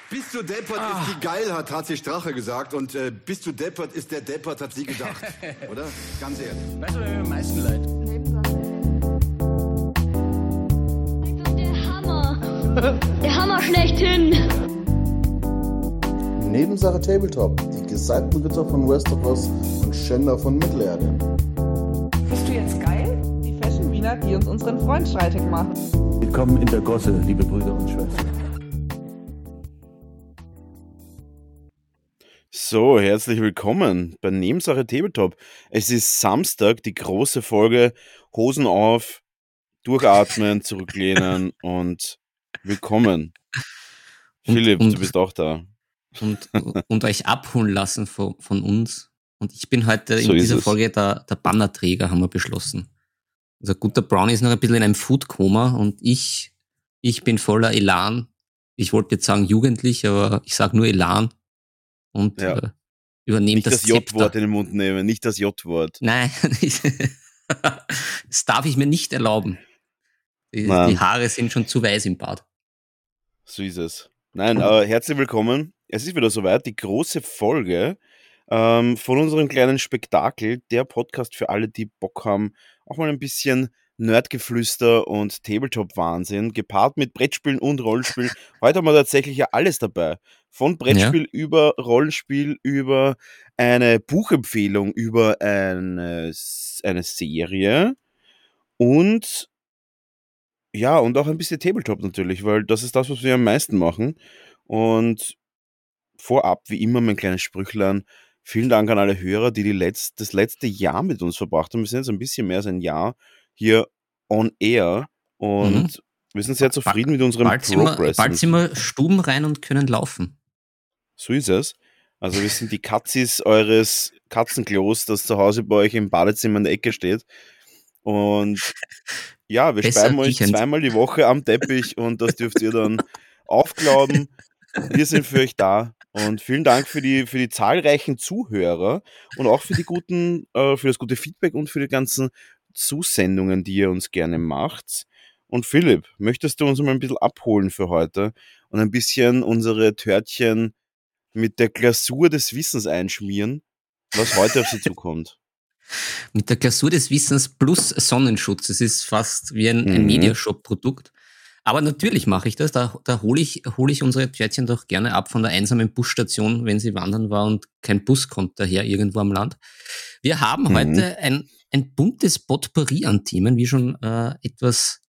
Bist du deppert ist die geil, hat sie Strache gesagt. Und bist du deppert ist der deppert, hat sie gedacht. Oder? Ganz ehrlich. Weißt du, wer mir am meisten leid? Der Hammer. Der Hammer schlechthin. Nebensache Tabletop. Die gesalbten Ritter von Westeros und Schänder von Mittelerde. Bist du jetzt geil? Die Fashion-Wiener, die uns unseren Freund streitig machen. Willkommen in der Gosse, liebe Brüder und Schwestern. So, herzlich willkommen bei Nebensache Tabletop. Es ist Samstag, die große Folge. Hosen auf, durchatmen, zurücklehnen und willkommen. Philipp, du bist auch da. Und euch abholen lassen von uns. Und ich bin heute So in ist dieser es. Folge der Bannerträger, haben wir beschlossen. Unser guter Brownie ist noch ein bisschen in einem Foodkoma und ich bin voller Elan. Ich wollte jetzt sagen jugendlich, aber ich sage nur Elan. Und Ja. übernehme Nicht das Zepter. J-Wort in den Mund nehmen, nicht das J-Wort. Nein, das darf ich mir nicht erlauben. Die Nein. Haare sind schon zu weiß im Bad. So ist es. Nein, aber herzlich willkommen. Es ist wieder soweit, die große Folge von unserem kleinen Spektakel, der Podcast für alle, die Bock haben, auch mal ein bisschen Nerdgeflüster und Tabletop-Wahnsinn, gepaart mit Brettspielen und Rollenspiel. Heute haben wir tatsächlich ja alles dabei. Von Brettspiel über Rollenspiel, über eine Buchempfehlung, über eine Serie und ja, und auch ein bisschen Tabletop natürlich, weil das ist das, was wir am meisten machen. Und vorab, wie immer, mein kleines Sprüchlein. Vielen Dank an alle Hörer, die das letzte Jahr mit uns verbracht haben. Wir sind jetzt ein bisschen mehr als ein Jahr hier on air und wir sind sehr zufrieden mit unserem Bald Progress. sind wir stubenrein und können laufen. So ist es. Also wir sind die Katzis eures Katzenklos, das zu Hause bei euch im Badezimmer in der Ecke steht. Und ja, wir Besser speiben euch riechend. zweimal die Woche am Teppich und das dürft ihr dann aufglauben. Wir sind für euch da und vielen Dank für die zahlreichen Zuhörer und auch für für das gute Feedback und für die ganzen Zusendungen, die ihr uns gerne macht. Und Philipp, möchtest du uns mal ein bisschen abholen für heute und ein bisschen unsere Törtchen mit der Glasur des Wissens einschmieren, was heute auf sie zukommt? Mit der Glasur des Wissens plus Sonnenschutz. Es ist fast wie ein Mediashop-Produkt. Aber natürlich mache ich das. Da hole ich unsere Törtchen doch gerne ab von der einsamen Busstation, wenn sie wandern war und kein Bus kommt daher irgendwo am Land. Wir haben heute ein buntes Potpourri an Themen, wie schon etwas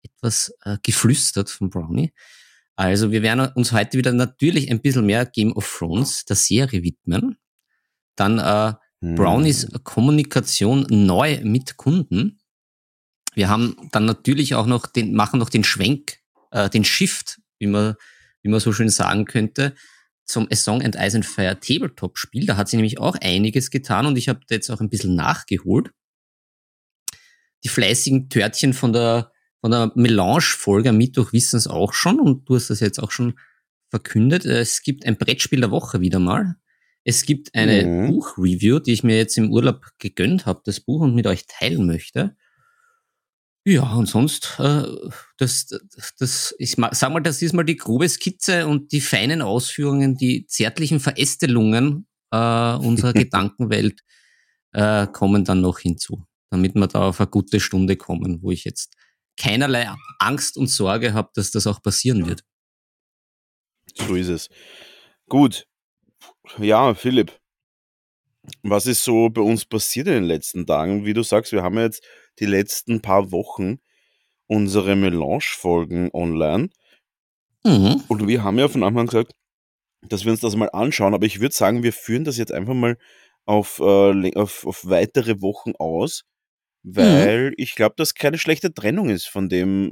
geflüstert von Brownie. Also wir werden uns heute wieder natürlich ein bisschen mehr Game of Thrones, der Serie, widmen. Dann Brownies Kommunikation neu mit Kunden. Wir haben dann natürlich auch noch machen noch den Schwenk, den Shift, wie man so schön sagen könnte, zum A Song and Ice and Fire Tabletop-Spiel. Da hat sich nämlich auch einiges getan und ich habe da jetzt auch ein bisschen nachgeholt. Die fleißigen Törtchen von der Melange-Folge am Mittwoch wissen es auch schon und du hast das jetzt auch schon verkündet. Es gibt ein Brettspiel der Woche wieder mal. Es gibt eine Buch-Review, die ich mir jetzt im Urlaub gegönnt habe, das Buch, und mit euch teilen möchte. Ja, und sonst, ich sag mal, das ist mal die grobe Skizze und die feinen Ausführungen, die zärtlichen Verästelungen unserer Gedankenwelt kommen dann noch hinzu, damit wir da auf eine gute Stunde kommen, wo ich jetzt keinerlei Angst und Sorge habe, dass das auch passieren wird. So ist es. Gut. Ja, Philipp, was ist so bei uns passiert in den letzten Tagen? Wie du sagst, wir haben ja jetzt die letzten paar Wochen unsere Melange-Folgen online. Und wir haben ja von Anfang an gesagt, dass wir uns das mal anschauen. Aber ich würde sagen, wir führen das jetzt einfach mal auf weitere Wochen aus, weil ich glaube, dass keine schlechte Trennung ist von dem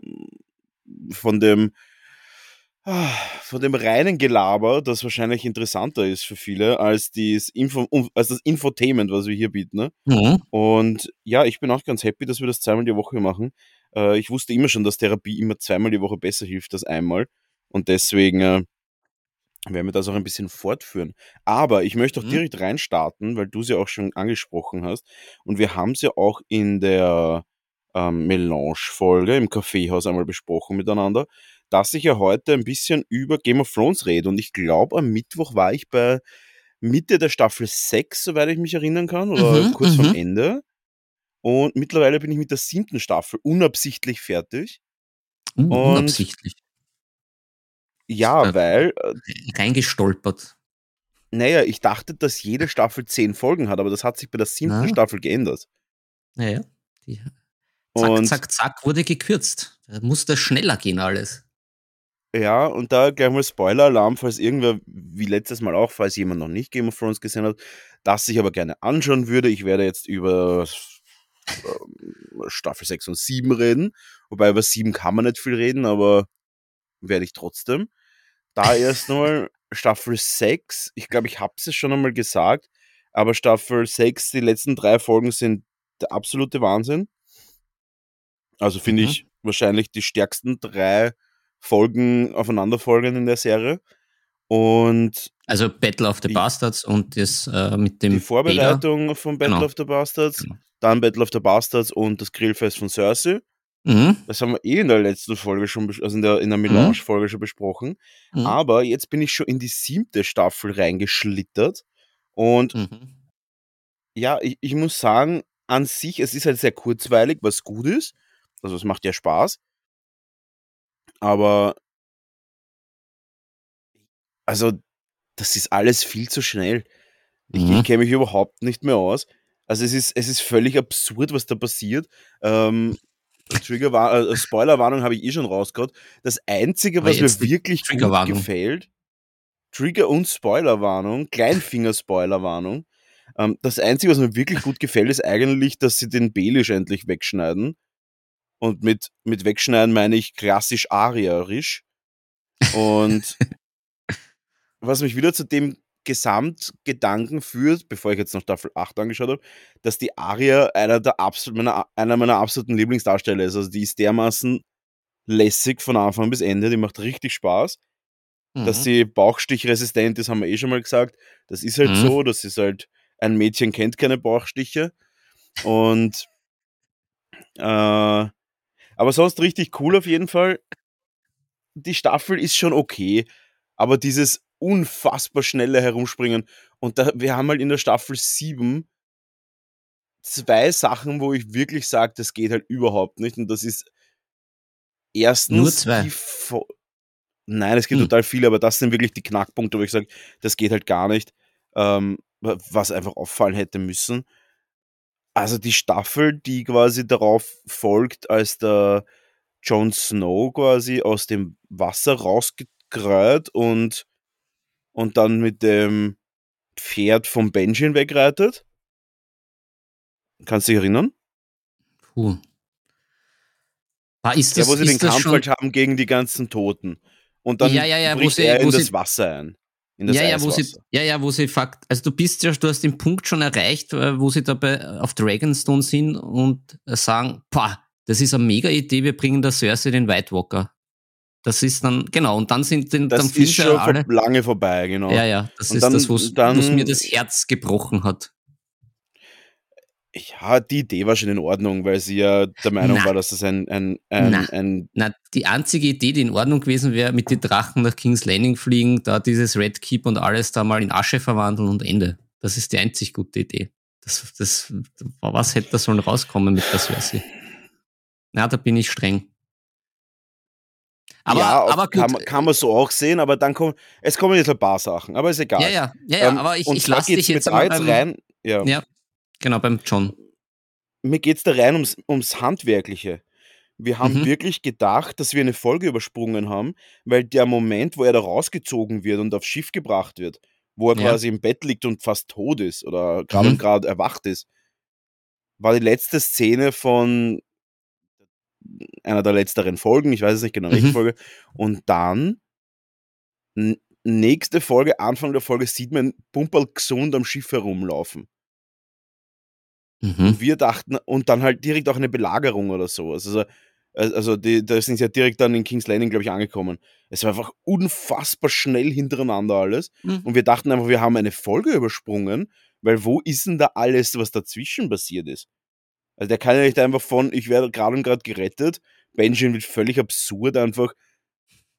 reinen Gelaber, das wahrscheinlich interessanter ist für viele als das Infotainment, was wir hier bieten. Ne? Und ja, ich bin auch ganz happy, dass wir das zweimal die Woche machen. Ich wusste immer schon, dass Therapie immer zweimal die Woche besser hilft als einmal. Und deswegen werden wir das auch ein bisschen fortführen. Aber ich möchte auch direkt reinstarten, weil du es ja auch schon angesprochen hast. Und wir haben es ja auch in der Melange-Folge im Kaffeehaus einmal besprochen miteinander, dass ich ja heute ein bisschen über Game of Thrones rede. Und ich glaube, am Mittwoch war ich bei Mitte der Staffel 6, soweit ich mich erinnern kann, oder kurz vorm Ende. Und mittlerweile bin ich mit der 7. Staffel unabsichtlich fertig. Und Unabsichtlich. ja, weil, Reingestolpert. naja, ich dachte, dass jede Staffel 10 Folgen hat, aber das hat sich bei der 7. Na. Staffel geändert. Naja. Zack, Und zack, zack wurde gekürzt. Da musste schneller gehen alles. ja, und da gleich mal Spoiler-Alarm, falls irgendwer, wie letztes Mal auch, falls jemand noch nicht Game of Thrones gesehen hat, das ich aber gerne anschauen würde. Ich werde jetzt über Staffel 6 und 7 reden. Wobei über 7 kann man nicht viel reden, aber werde ich trotzdem. Da erst nochmal Staffel 6. Ich glaube, ich habe es schon einmal gesagt, aber Staffel 6, die letzten 3 Folgen sind der absolute Wahnsinn. Also finde ich wahrscheinlich die stärksten 3 Folgen aufeinanderfolgend in der Serie. Und Also Battle of the Bastards und das mit dem die Vorbereitung von Battle Genau. of the Bastards, Genau. dann Battle of the Bastards und das Grillfest von Cersei. Mhm. Das haben wir in der letzten Folge schon, also in der Melange-Folge schon besprochen. Mhm. Aber jetzt bin ich schon in die 7. Staffel reingeschlittert. Und ja, ich muss sagen, an sich, es ist halt sehr kurzweilig, was gut ist. Also es macht ja Spaß. Aber also, das ist alles viel zu schnell. Ich kenne mich überhaupt nicht mehr aus. Also es ist völlig absurd, was da passiert. Spoilerwarnung habe ich eh schon rausgehauen. Das Einzige, Aber was mir jetzt die wirklich gut Triggerwarnung. gefällt, Trigger- und Spoilerwarnung, Kleinfinger-Spoilerwarnung. Das Einzige, was mir wirklich gut gefällt, ist eigentlich, dass sie den Baelish endlich wegschneiden. Und mit wegschneiden meine ich klassisch arierisch. Und was mich wieder zu dem Gesamtgedanken führt, bevor ich jetzt noch Staffel 8 angeschaut habe, dass die Arya einer meiner absoluten Lieblingsdarsteller ist. Also die ist dermaßen lässig von Anfang bis Ende, die macht richtig Spaß. Dass sie bauchstichresistent ist, haben wir eh schon mal gesagt. Das ist halt so, das ist halt, ein Mädchen kennt keine Bauchstiche. Und aber sonst richtig cool auf jeden Fall. Die Staffel ist schon okay, aber dieses unfassbar schnelle Herumspringen, und wir haben halt in der Staffel 7 2 Sachen, wo ich wirklich sage, das geht halt überhaupt nicht, und das ist erstens Nur 2. Nein, es geht total viel, aber das sind wirklich die Knackpunkte, wo ich sage, das geht halt gar nicht, was einfach auffallen hätte müssen. Also die Staffel, die quasi darauf folgt, als der Jon Snow quasi aus dem Wasser rausgekreuzt und dann mit dem Pferd vom Benjen wegreitet. Kannst du dich erinnern? Ist Ja, das, wo sie den ist das Kampf schon? halt haben gegen die ganzen Toten. Und dann Ja, bricht wo er in sie- das Wasser ein. In das Ja, wo Eiswasser. wo sie Fakt, also du hast den Punkt schon erreicht, wo sie dabei auf Dragonstone sind und sagen, das ist eine mega Idee, wir bringen der Cersei den White Walker. Das ist dann, genau, und dann sind dann Das fühlen ist sie schon alle. lange vorbei, genau. Ja, das Und ist dann- das, was dann- mir das Herz gebrochen hat. Ja, die Idee war schon in Ordnung, weil sie ja der Meinung Na. war, dass das ein Na, die einzige Idee, die in Ordnung gewesen wäre, mit den Drachen nach King's Landing fliegen, da dieses Red Keep und alles da mal in Asche verwandeln und Ende. Das ist die einzig gute Idee. Was hätte da sollen rauskommen mit der Cersei? Na, da bin ich streng. Aber gut. kann man so auch sehen, aber dann kommen jetzt ein paar Sachen, aber ist egal. Ja, aber und ich zwar lasse dich geht's mir jetzt da jetzt rein. Ja, genau, beim John. Mir geht's da rein ums Handwerkliche. Wir haben Mhm. wirklich gedacht, dass wir eine Folge übersprungen haben, weil der Moment, wo er da rausgezogen wird und aufs Schiff gebracht wird, wo er Ja. quasi im Bett liegt und fast tot ist oder Mhm. gerade erwacht ist, war die letzte Szene von einer der letzteren Folgen, ich weiß es nicht genau, welche Mhm. Folge, und dann nächste Folge, Anfang der Folge, sieht man Pumperl gesund am Schiff herumlaufen. Mhm. Und wir dachten, und dann halt direkt auch eine Belagerung oder so. Also da sind sie ja direkt dann in King's Landing, glaube ich, angekommen. Es war einfach unfassbar schnell hintereinander alles. Mhm. Und wir dachten einfach, wir haben eine Folge übersprungen, weil wo ist denn da alles, was dazwischen passiert ist? Also der kann ja nicht einfach ich werde gerade und gerade gerettet. Benjen wird völlig absurd einfach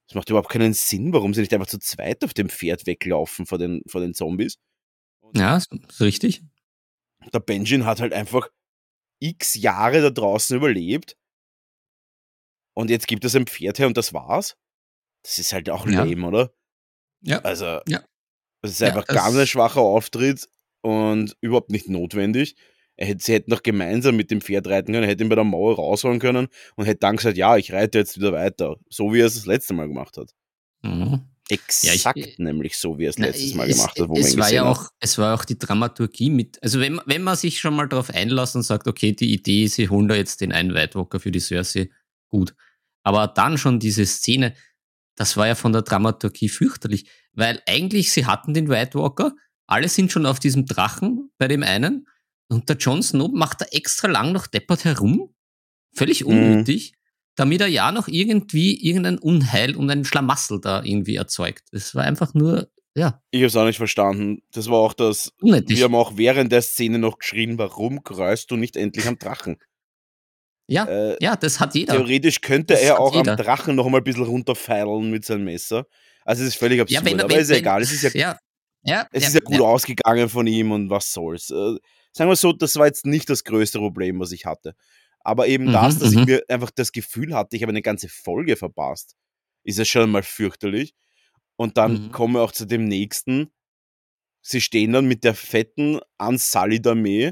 Das macht überhaupt keinen Sinn, warum sie nicht einfach zu zweit auf dem Pferd weglaufen vor den Zombies. Ja, so richtig. Der Benjen hat halt einfach x Jahre da draußen überlebt und jetzt gibt es ein Pferd her und das war's. Das ist halt auch Ja. lame, oder? Ja. Also, Ja. das ist Ja, einfach das- ganz ein schwacher Auftritt und überhaupt nicht notwendig. Sie hätten noch gemeinsam mit dem Pferd reiten können, er hätte ihn bei der Mauer rausholen können und hätte dann gesagt, ja, ich reite jetzt wieder weiter. So wie er es das letzte Mal gemacht hat. Mhm. Exakt nämlich so, wie er es Na, letztes Mal gemacht hat, wo man es ihn war gesehen ja hat. auch, es war auch die Dramaturgie mit, also wenn man sich schon mal darauf einlässt und sagt, okay, die Idee, sie holen da jetzt den einen White Walker für die Cersei, gut. Aber dann schon diese Szene, das war ja von der Dramaturgie fürchterlich, weil eigentlich sie hatten den White Walker, alle sind schon auf diesem Drachen bei dem einen und der Jon Snow macht da extra lang noch deppert herum, völlig unnötig, damit er ja noch irgendwie irgendein Unheil und ein Schlamassel da irgendwie erzeugt. Das war einfach nur, ja, Ich habe es auch nicht verstanden. Das war auch das. unnötig. Wir haben auch während der Szene noch geschrien, warum kreust du nicht endlich am Drachen? Ja, ja, das hat jeder. Theoretisch könnte Das er hat auch jeder. am Drachen noch mal ein bisschen runterfeilen mit seinem Messer. Also es ist völlig absurd, Ja, aber ist ja egal. Es ist ja gut ja. ausgegangen von ihm und was soll's. Sagen wir so, das war jetzt nicht das größte Problem, was ich hatte. Aber eben dass ich mir einfach das Gefühl hatte, ich habe eine ganze Folge verpasst, ist ja schon mal fürchterlich. Und dann kommen wir auch zu dem nächsten. Sie stehen dann mit der fetten Unsullied-Armee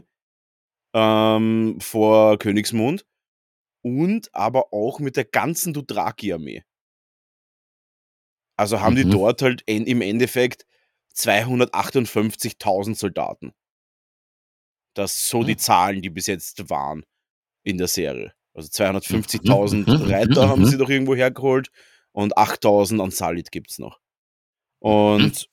vor Königsmund und aber auch mit der ganzen Dothraki-Armee. Also haben die dort halt im Endeffekt 258.000 Soldaten. Das sind so die Zahlen, die bis jetzt waren in der Serie. Also 250.000 Reiter haben sie doch irgendwo hergeholt und 8.000 Unsullied gibt's noch. Und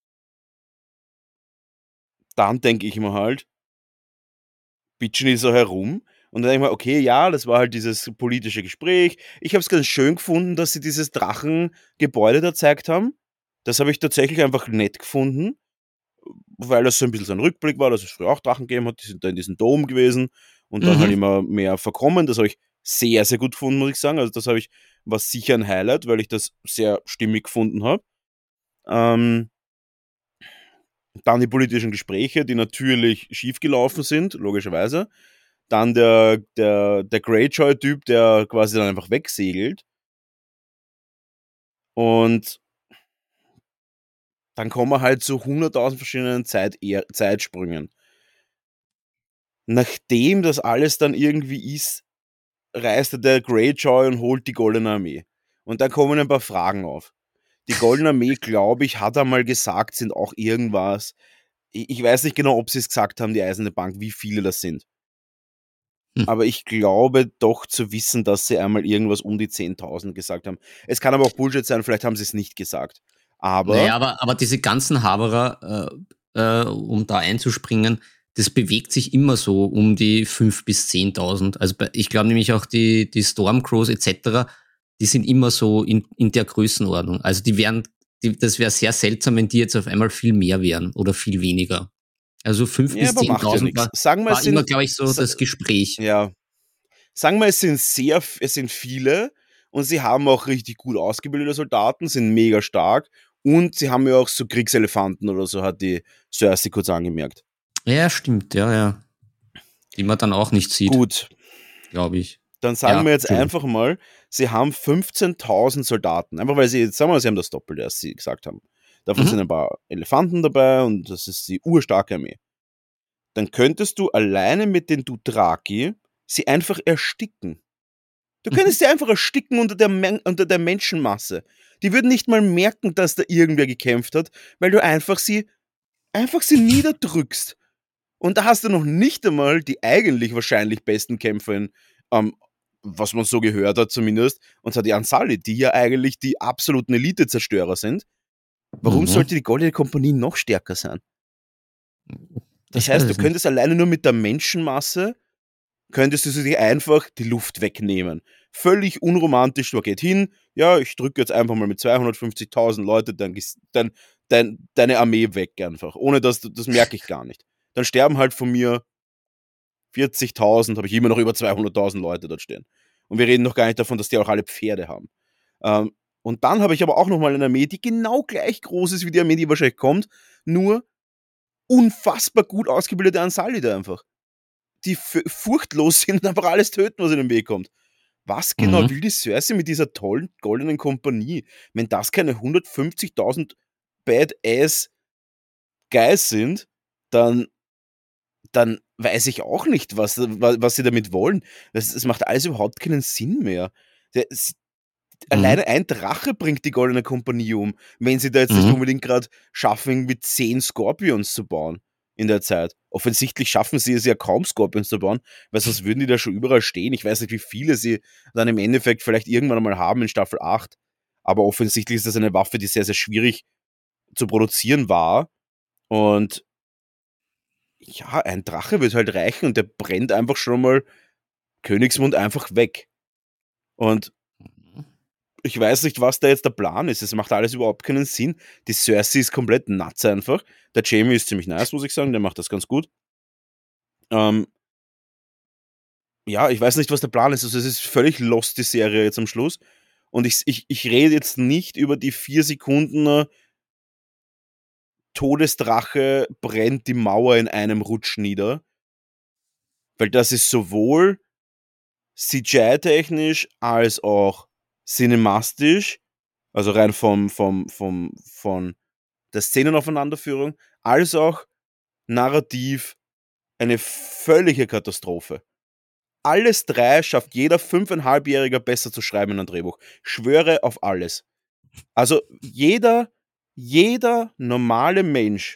dann denke ich mir halt, bitchen die so herum und dann denke ich mir, okay, ja, das war halt dieses politische Gespräch. Ich habe es ganz schön gefunden, dass sie dieses Drachengebäude da gezeigt haben. Das habe ich tatsächlich einfach nett gefunden, weil das so ein bisschen so ein Rückblick war, dass es früher auch Drachen gegeben hat, die sind da in diesem Dom gewesen und dann halt immer mehr verkommen. Das habe ich sehr, sehr gut gefunden, muss ich sagen. Also das war sicher ein Highlight, weil ich das sehr stimmig gefunden habe. Dann die politischen Gespräche, die natürlich schiefgelaufen sind, logischerweise. Dann der Greyjoy-Typ, der quasi dann einfach wegsegelt. Und dann kommen wir halt zu 100.000 verschiedenen Zeitsprüngen. Nachdem das alles dann irgendwie ist, reist der Greyjoy und holt die Goldene Armee. Und dann kommen ein paar Fragen auf. Die Goldene Armee, glaube ich, hat einmal gesagt, sind auch irgendwas. Ich weiß nicht genau, ob sie es gesagt haben, die Eiserne Bank, wie viele das sind. Aber ich glaube doch zu wissen, dass sie einmal irgendwas um die 10.000 gesagt haben. Es kann aber auch Bullshit sein, vielleicht haben sie es nicht gesagt. Aber diese ganzen Haberer, um da einzuspringen, das bewegt sich immer so um die 5.000 bis 10.000. Also ich glaube nämlich auch die Stormcrows etc., die sind immer so in der Größenordnung. Also das wäre sehr seltsam, wenn die jetzt auf einmal viel mehr wären oder viel weniger. Also 5.000 bis 10.000 war immer, glaube ich, so das Gespräch. Ja. Sagen wir, es sind viele und sie haben auch richtig gut ausgebildete Soldaten, sind mega stark und sie haben ja auch so Kriegselefanten oder so, hat die Cersei kurz angemerkt. Ja, stimmt, ja. Die man dann auch nicht sieht. Gut. Glaube ich. Dann sagen wir jetzt einfach mal, sie haben 15.000 Soldaten. Einfach weil sie haben das Doppelte, als sie gesagt haben. Davon sind ein paar Elefanten dabei und das ist die urstarke Armee. Dann könntest du alleine mit den Dothraki sie einfach ersticken. Du könntest sie einfach ersticken unter der Menschenmasse. Die würden nicht mal merken, dass da irgendwer gekämpft hat, weil du einfach sie niederdrückst. Und da hast du noch nicht einmal die eigentlich wahrscheinlich besten Kämpfer was man so gehört hat zumindest, und zwar die Unsullied, die ja eigentlich die absoluten Elite-Zerstörer sind. Warum sollte die Goldene Kompanie noch stärker sein? Das heißt, du könntest alleine nur mit der Menschenmasse, könntest du sie einfach die Luft wegnehmen. Völlig unromantisch, du gehst hin, ja, ich drücke jetzt einfach mal mit 250.000 Leute deine Armee weg einfach, ohne das merke ich gar nicht. Dann sterben halt von mir 40.000, habe ich immer noch über 200.000 Leute dort stehen. Und wir reden noch gar nicht davon, dass die auch alle Pferde haben. Und dann habe ich aber auch nochmal eine Armee, die genau gleich groß ist wie die Armee, die wahrscheinlich kommt, nur unfassbar gut ausgebildete Ansalide einfach. Die furchtlos sind und einfach alles töten, was in den Weg kommt. Was genau will die Cersei mit dieser tollen goldenen Kompanie? Wenn das keine 150.000 Badass Guys sind, dann weiß ich auch nicht, was sie damit wollen. Es macht alles überhaupt keinen Sinn mehr. Alleine ein Drache bringt die goldene Kompanie um, wenn sie da jetzt nicht unbedingt gerade schaffen, mit 10 Scorpions zu bauen in der Zeit. Offensichtlich schaffen sie es ja kaum, Scorpions zu bauen, weil sonst würden die da schon überall stehen. Ich weiß nicht, wie viele sie dann im Endeffekt vielleicht irgendwann einmal haben in Staffel 8, aber offensichtlich ist das eine Waffe, die sehr, sehr schwierig zu produzieren war. Und ja, ein Drache wird halt reichen und der brennt einfach schon mal Königsmund einfach weg. Und ich weiß nicht, was da jetzt der Plan ist. Es macht alles überhaupt keinen Sinn. Die Cersei ist komplett nuts einfach. Der Jaime ist ziemlich nice, muss ich sagen. Der macht das ganz gut. Ja, ich weiß nicht, was der Plan ist. Also es ist völlig lost, die Serie jetzt am Schluss. Und ich rede jetzt nicht über die 4 Sekunden Todesdrache brennt die Mauer in einem Rutsch nieder. Weil das ist sowohl CGI-technisch als auch cinemastisch, also rein von der Szenenaufeinanderführung, als auch narrativ eine völlige Katastrophe. Alles 3 schafft jeder 5,5-Jähriger besser zu schreiben in einem Drehbuch. Schwöre auf alles. Also jeder normale Mensch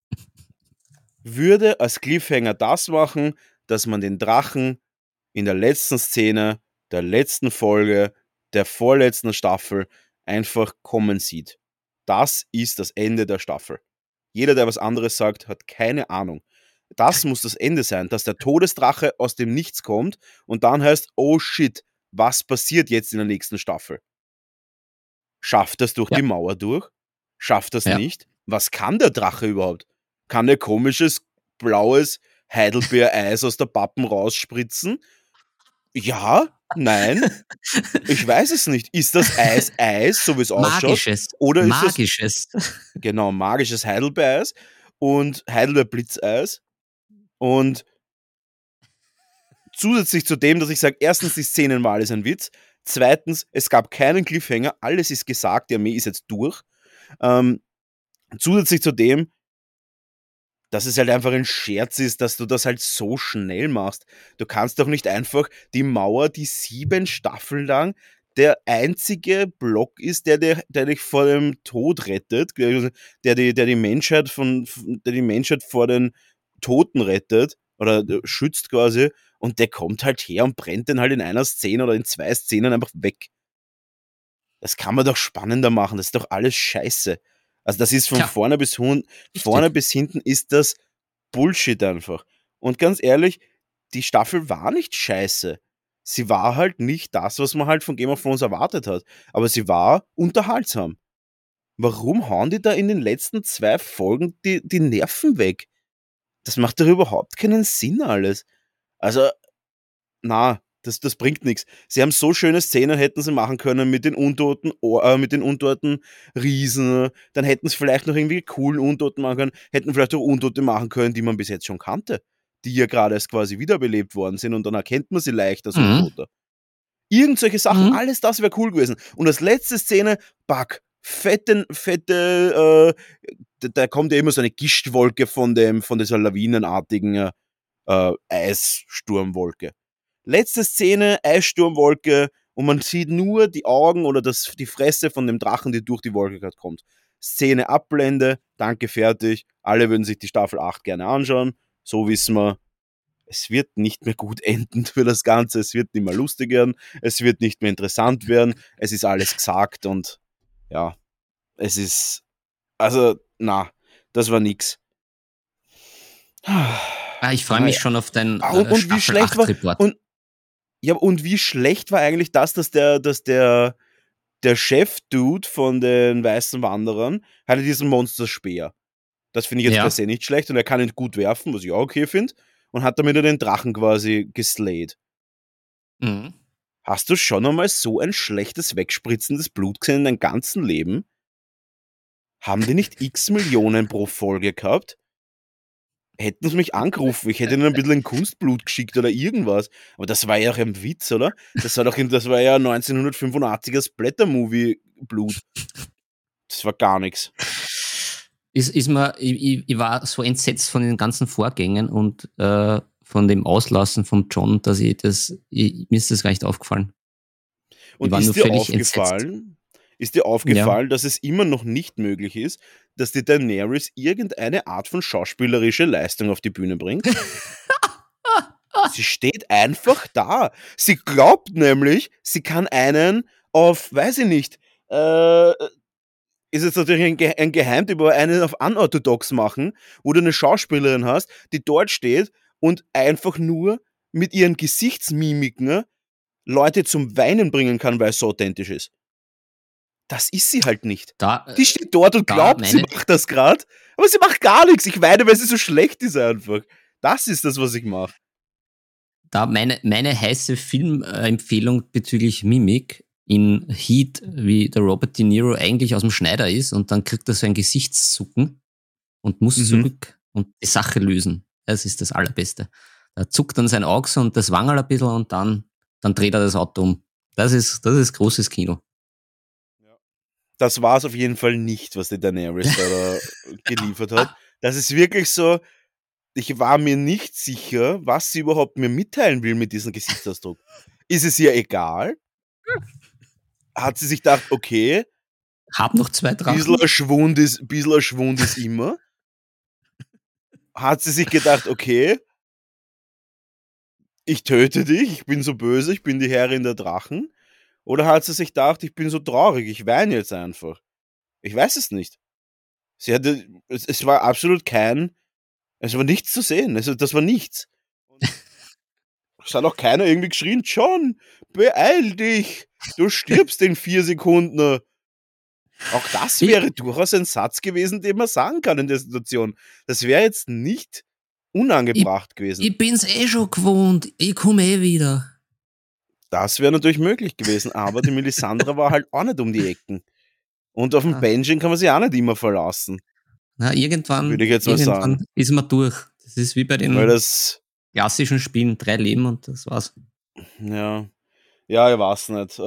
würde als Cliffhanger das machen, dass man den Drachen in der letzten Szene, der letzten Folge, der vorletzten Staffel einfach kommen sieht. Das ist das Ende der Staffel. Jeder, der was anderes sagt, hat keine Ahnung. Das muss das Ende sein, dass der Todesdrache aus dem Nichts kommt und dann heißt, oh shit, was passiert jetzt in der nächsten Staffel? Schafft das durch die Mauer durch? Schafft das nicht? Was kann der Drache überhaupt? Kann der komisches, blaues Heidelbeereis aus der Pappen rausspritzen? Ja, nein, ich weiß es nicht. Ist das Eis, so wie es ausschaut? Magisches. Oder ist magisches. Genau, magisches Heidelbeereis und Heidelbeer-Blitzeis. Und zusätzlich zu dem, dass ich sage, erstens, die Szenenwahl ist ein Witz. Zweitens, es gab keinen Cliffhanger, alles ist gesagt, die Armee ist jetzt durch. Zusätzlich zu dem, dass es halt einfach ein Scherz ist, dass du das halt so schnell machst. Du kannst doch nicht einfach die Mauer, die 7 Staffeln lang der einzige Block ist, der dich vor dem Tod rettet, der die Menschheit vor den Toten rettet oder schützt quasi, und der kommt halt her und brennt den halt in einer Szene oder in 2 Szenen einfach weg. Das kann man doch spannender machen, das ist doch alles scheiße. Also das ist von vorne bis hinten ist das Bullshit einfach. Und ganz ehrlich, die Staffel war nicht scheiße. Sie war halt nicht das, was man halt von Game of Thrones erwartet hat. Aber sie war unterhaltsam. Warum hauen die da in den letzten 2 Folgen die Nerven weg? Das macht doch überhaupt keinen Sinn alles. Also, das bringt nichts. Sie haben so schöne Szenen, hätten sie machen können mit den untoten Riesen. Dann hätten sie vielleicht noch irgendwie coolen Untoten machen können. Hätten vielleicht auch Untote machen können, die man bis jetzt schon kannte. Die ja gerade erst quasi wiederbelebt worden sind und dann erkennt man sie leicht als Untote. Irgend solche Sachen, alles das wäre cool gewesen. Und als letzte Szene, da kommt ja immer so eine Gischtwolke von dieser lawinenartigen Eissturmwolke. Letzte Szene, Eissturmwolke, und man sieht nur die Augen oder die Fresse von dem Drachen, die durch die Wolke gerade kommt. Szene Abblende, danke, fertig. Alle würden sich die Staffel 8 gerne anschauen. So wissen wir, es wird nicht mehr gut enden für das Ganze. Es wird nicht mehr lustig werden. Es wird nicht mehr interessant werden. Es ist alles gesagt und ja, es ist, also, das war nix. Ich freue mich schon auf deinen und wie schlecht Report. Und wie schlecht war eigentlich das, dass der Chef-Dude von den Weißen Wanderern hatte diesen Monsterspeer. Das finde ich jetzt per se nicht schlecht und er kann ihn gut werfen, was ich auch okay finde, und hat damit den Drachen quasi geslayed. Hast du schon einmal so ein schlechtes wegspritzendes Blut gesehen in deinem ganzen Leben? Haben die nicht x Millionen pro Folge gehabt? Hätten sie mich angerufen, ich hätte ihnen ein bisschen ein Kunstblut geschickt oder irgendwas. Aber das war ja auch ein Witz, oder? Das war ja 1985er Splatter-Movie-Blut. Das war gar nichts. Ich war so entsetzt von den ganzen Vorgängen und von dem Auslassen von John, dass mir ist das gar nicht aufgefallen. Und ist dir aufgefallen, dass es immer noch nicht möglich ist, dass die Daenerys irgendeine Art von schauspielerische Leistung auf die Bühne bringt? Sie steht einfach da. Sie glaubt nämlich, sie kann einen auf, weiß ich nicht, ist jetzt natürlich ein Geheimtipp, aber einen auf unorthodox machen, wo du eine Schauspielerin hast, die dort steht und einfach nur mit ihren Gesichtsmimiken Leute zum Weinen bringen kann, weil es so authentisch ist. Das ist sie halt nicht. Die steht dort und glaubt, sie macht das gerade, aber sie macht gar nichts. Ich weine, weil sie so schlecht ist einfach. Das ist das, was ich mache. Da meine heiße Filmempfehlung bezüglich Mimik in Heat, wie der Robert De Niro eigentlich aus dem Schneider ist und dann kriegt er so ein Gesichtszucken und muss zurück und die Sache lösen. Das ist das Allerbeste. Da zuckt dann sein Auge und das Wangerl ein bisschen und dann dreht er das Auto um. Das ist großes Kino. Das war es auf jeden Fall nicht, was die Daenerys da geliefert hat. Das ist wirklich so, ich war mir nicht sicher, was sie überhaupt mir mitteilen will mit diesem Gesichtsausdruck. Ist es ihr egal? Hat sie sich gedacht, okay, hab noch 2 Drachen. Bissl ein Schwund ist immer. Hat sie sich gedacht, okay, ich töte dich, ich bin so böse, ich bin die Herrin der Drachen. Oder hat sie sich gedacht, ich bin so traurig, ich weine jetzt einfach. Ich weiß es nicht. Es war absolut es war nichts zu sehen, also das war nichts. Es hat auch keiner irgendwie geschrien, John, beeil dich, du stirbst in 4 Sekunden. Auch das wäre durchaus ein Satz gewesen, den man sagen kann in der Situation. Das wäre jetzt nicht unangebracht gewesen. Ich bin's schon gewohnt, ich komme wieder. Das wäre natürlich möglich gewesen, aber die Melisandre war halt auch nicht um die Ecken. Und auf den Benjen kann man sich auch nicht immer verlassen. Na, irgendwann, würde ich jetzt mal sagen, ist man durch. Das ist wie bei den klassischen Spielen, 3 Leben und das war's. Ja, ich weiß nicht.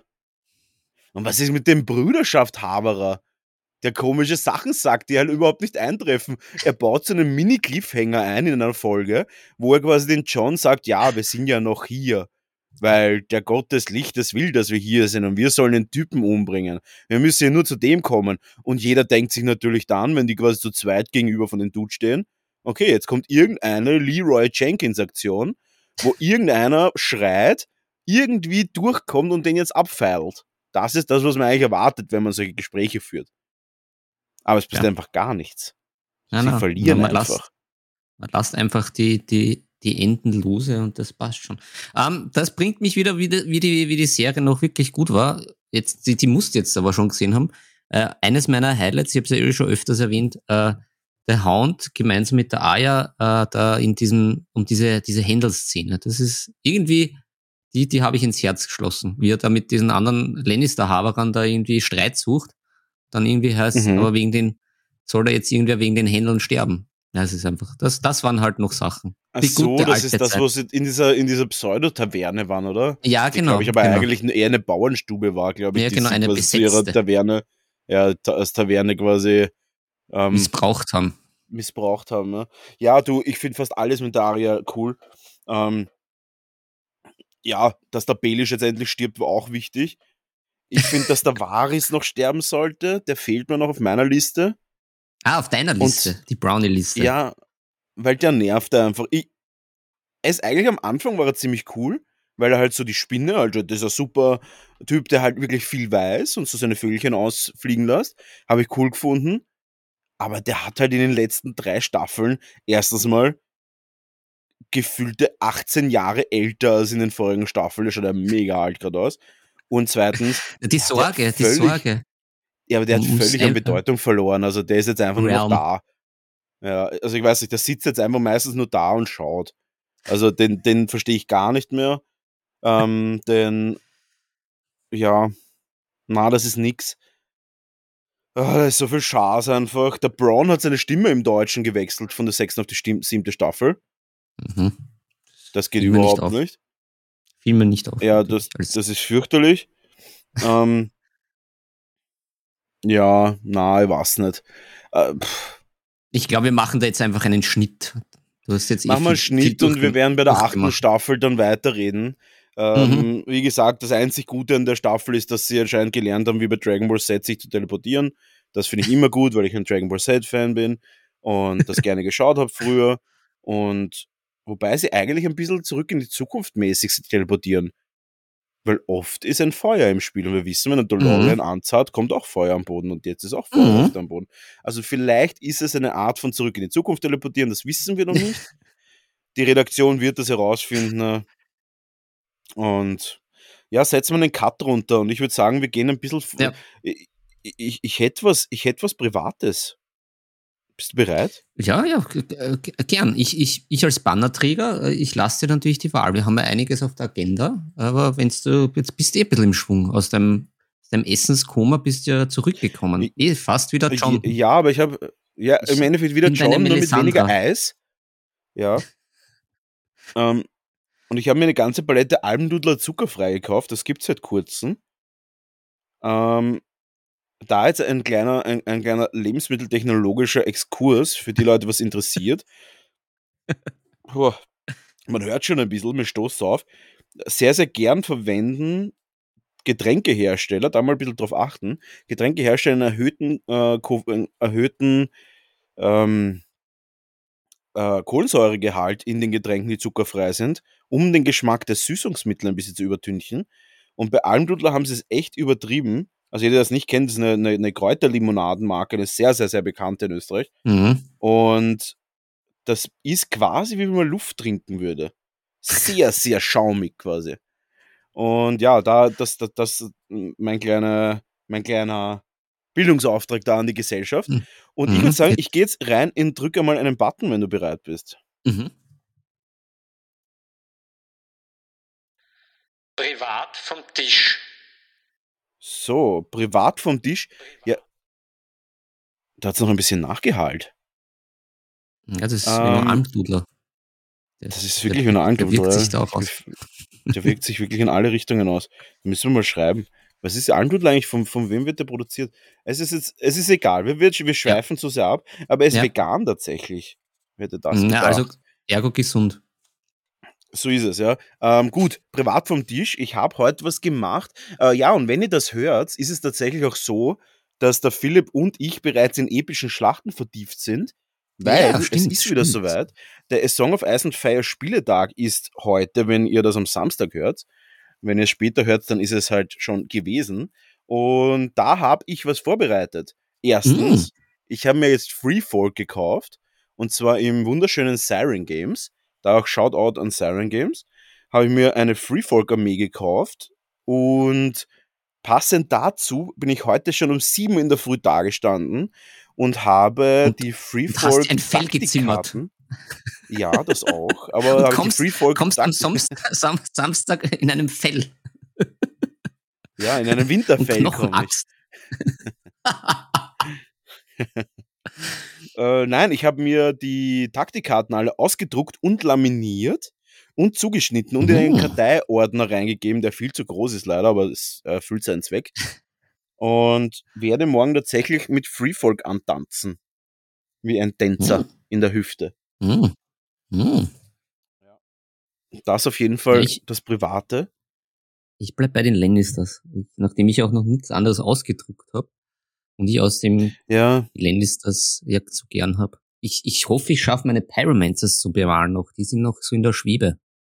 Und was ist mit dem Brüderschaft-Haberer, der komische Sachen sagt, die halt überhaupt nicht eintreffen? Er baut so einen Mini-Cliffhanger ein in einer Folge, wo er quasi den John sagt, ja, wir sind ja noch hier, weil der Gott des Lichtes will, dass wir hier sind und wir sollen den Typen umbringen. Wir müssen ja nur zu dem kommen. Und jeder denkt sich natürlich dann, wenn die quasi zu zweit gegenüber von den Dudes stehen, okay, jetzt kommt irgendeine Leroy Jenkins-Aktion, wo irgendeiner schreit, irgendwie durchkommt und den jetzt abfeilt. Das ist das, was man eigentlich erwartet, wenn man solche Gespräche führt. Aber es passiert einfach gar nichts. Sie verlieren einfach. Man lasst einfach die Enden lose und das passt schon. Das bringt mich wieder, wie die Serie noch wirklich gut war. Jetzt, die musst du jetzt aber schon gesehen haben. Eines meiner Highlights, ich habe es ja schon öfters erwähnt, der Hound gemeinsam mit der Arya da in diese Händel-Szene. Das ist irgendwie, die habe ich ins Herz geschlossen. Wie er da mit diesen anderen Lannister-Haberern da irgendwie Streit sucht. Dann irgendwie heißt, aber soll er jetzt irgendwer wegen den Händeln sterben? Ja, es ist einfach, das waren halt noch Sachen. Ach so, das ist das, was in dieser Pseudo-Taverne waren, oder? Ja, genau. Die, glaube ich, aber eigentlich eher eine Bauernstube war, glaube ich. Ja, genau, eine besetzte. Zu ihrer Taverne, als Taverne quasi missbraucht haben. Ja. Ja, du, ich finde fast alles mit Arya cool. Ja, dass der Baelish jetzt endlich stirbt, war auch wichtig. Ich finde, dass der Varys noch sterben sollte. Der fehlt mir noch auf meiner Liste. Auf deiner Liste, die Brownie-Liste. Ja, weil der nervt einfach. Er ist eigentlich am Anfang war er ziemlich cool, weil er halt so die Spinne, also das ist ein super Typ, der halt wirklich viel weiß und so seine Vögelchen ausfliegen lässt. Habe ich cool gefunden. Aber der hat halt in den letzten 3 Staffeln erstens mal gefühlte 18 Jahre älter als in den vorigen Staffeln. Der schaut ja mega alt gerade aus. Und zweitens... Die Sorge. Ja, aber der hat völlig an Bedeutung verloren. Also der ist jetzt einfach nur noch da. Ja, also ich weiß nicht, der sitzt jetzt einfach meistens nur da und schaut. Also den verstehe ich gar nicht mehr. Denn, ja, das ist nix. Da ist so viel Schaß einfach. Der Braun hat seine Stimme im Deutschen gewechselt von der 6. auf die 7. Staffel. Mhm. Das geht Fiel mir nicht überhaupt auf. nicht. Fiel mir nicht auf. Ja, das ist fürchterlich. Ja, ich weiß nicht. Ich glaube, wir machen da jetzt einfach einen Schnitt. Du hast jetzt Machen wir einen Schnitt und wir werden bei der 8. Staffel dann weiterreden. Wie gesagt, das einzig Gute an der Staffel ist, dass sie anscheinend gelernt haben, wie bei Dragon Ball Z sich zu teleportieren. Das finde ich immer gut, weil ich ein Dragon Ball Z-Fan bin und das gerne geschaut habe früher. Und wobei sie eigentlich ein bisschen zurück in die Zukunft mäßig sich teleportieren. Weil oft ist ein Feuer im Spiel und wir wissen, wenn ein DeLorean anzahlt, kommt auch Feuer am Boden und jetzt ist auch Feuer am Boden. Also vielleicht ist es eine Art von zurück in die Zukunft teleportieren, das wissen wir noch nicht. Die Redaktion wird das herausfinden. Und ja, setzen wir einen Cut runter und ich würde sagen, wir gehen ein bisschen. Ja. Ich hätte was Privates. Bist du bereit? Ja, gern. Ich als Bannerträger, ich lasse dir natürlich die Wahl. Wir haben ja einiges auf der Agenda, aber jetzt bist du ein bisschen im Schwung. Aus deinem Essenskoma bist du ja zurückgekommen. Fast wieder John. Ja, aber ich habe im Endeffekt wieder John, nur mit weniger Eis. Ja. Und ich habe mir eine ganze Palette Almdudler zuckerfrei gekauft. Das gibt es seit kurzem. Da jetzt ein kleiner lebensmitteltechnologischer Exkurs für die Leute, was interessiert. Man hört schon ein bisschen, mir stoßt auf. Sehr, sehr gern verwenden Getränkehersteller, da mal ein bisschen drauf achten, Getränkehersteller einen erhöhten Kohlensäuregehalt in den Getränken, die zuckerfrei sind, um den Geschmack der Süßungsmittel ein bisschen zu übertünchen. Und bei Almdudler haben sie es echt übertrieben. Also jeder, der das nicht kennt, das ist eine Kräuterlimonadenmarke, eine sehr, sehr, sehr bekannte in Österreich. Und das ist quasi, wie wenn man Luft trinken würde. Sehr, sehr schaumig quasi. Und ja, das mein kleiner Bildungsauftrag da an die Gesellschaft. Und ich würde sagen, ich gehe jetzt rein und drücke mal einen Button, wenn du bereit bist. Privat vom Tisch. So, privat vom Tisch. Ja, da hat es noch ein bisschen nachgehallt. Ja, das ist wie ein Almdudler. Das ist wirklich wie ein Almdudler. Der wirkt sich da auch aus. Der wirkt sich wirklich in alle Richtungen aus. Da müssen wir mal schreiben. Was ist Almdudler eigentlich? Von wem wird der produziert? Es ist egal. Wir schweifen zu sehr ab. Aber er ist vegan tatsächlich. Wer hätte das gedacht? Also ergo gesund. So ist es, ja. Gut, privat vom Tisch. Ich habe heute was gemacht. Ja, und wenn ihr das hört, ist es tatsächlich auch so, dass der Philipp und ich bereits in epischen Schlachten vertieft sind. Weil es ist wieder soweit. Der A Song of Ice and Fire Spieletag ist heute, wenn ihr das am Samstag hört. Wenn ihr es später hört, dann ist es halt schon gewesen. Und da habe ich was vorbereitet. Erstens, ich habe mir jetzt Freefolk gekauft. Und zwar im wunderschönen Siren Games. Da auch Shoutout an Siren Games. Habe ich mir eine Freefolk-Armee gekauft. Und passend dazu bin ich heute schon um 7 in der Früh da gestanden und habe die Freefolk ein Fell gezimmert. Ja, das auch. Aber du kommst am Samstag in einem Fell. Ja, in einem Winterfell komme ich. Nein, ich habe mir die Taktikkarten alle ausgedruckt und laminiert und zugeschnitten und in einen Karteiordner reingegeben, der viel zu groß ist leider, aber es erfüllt seinen Zweck. Und werde morgen tatsächlich mit Freefolk antanzen. Wie ein Tänzer in der Hüfte. Das auf jeden Fall das Private. Ich bleib bei den Lannisters, nachdem ich auch noch nichts anderes ausgedruckt habe und ich aus dem Lannisters ja so gern habe. Ich hoffe, ich schaffe meine Pyromancers zu bewahren noch. Die sind noch so in der Schwebe.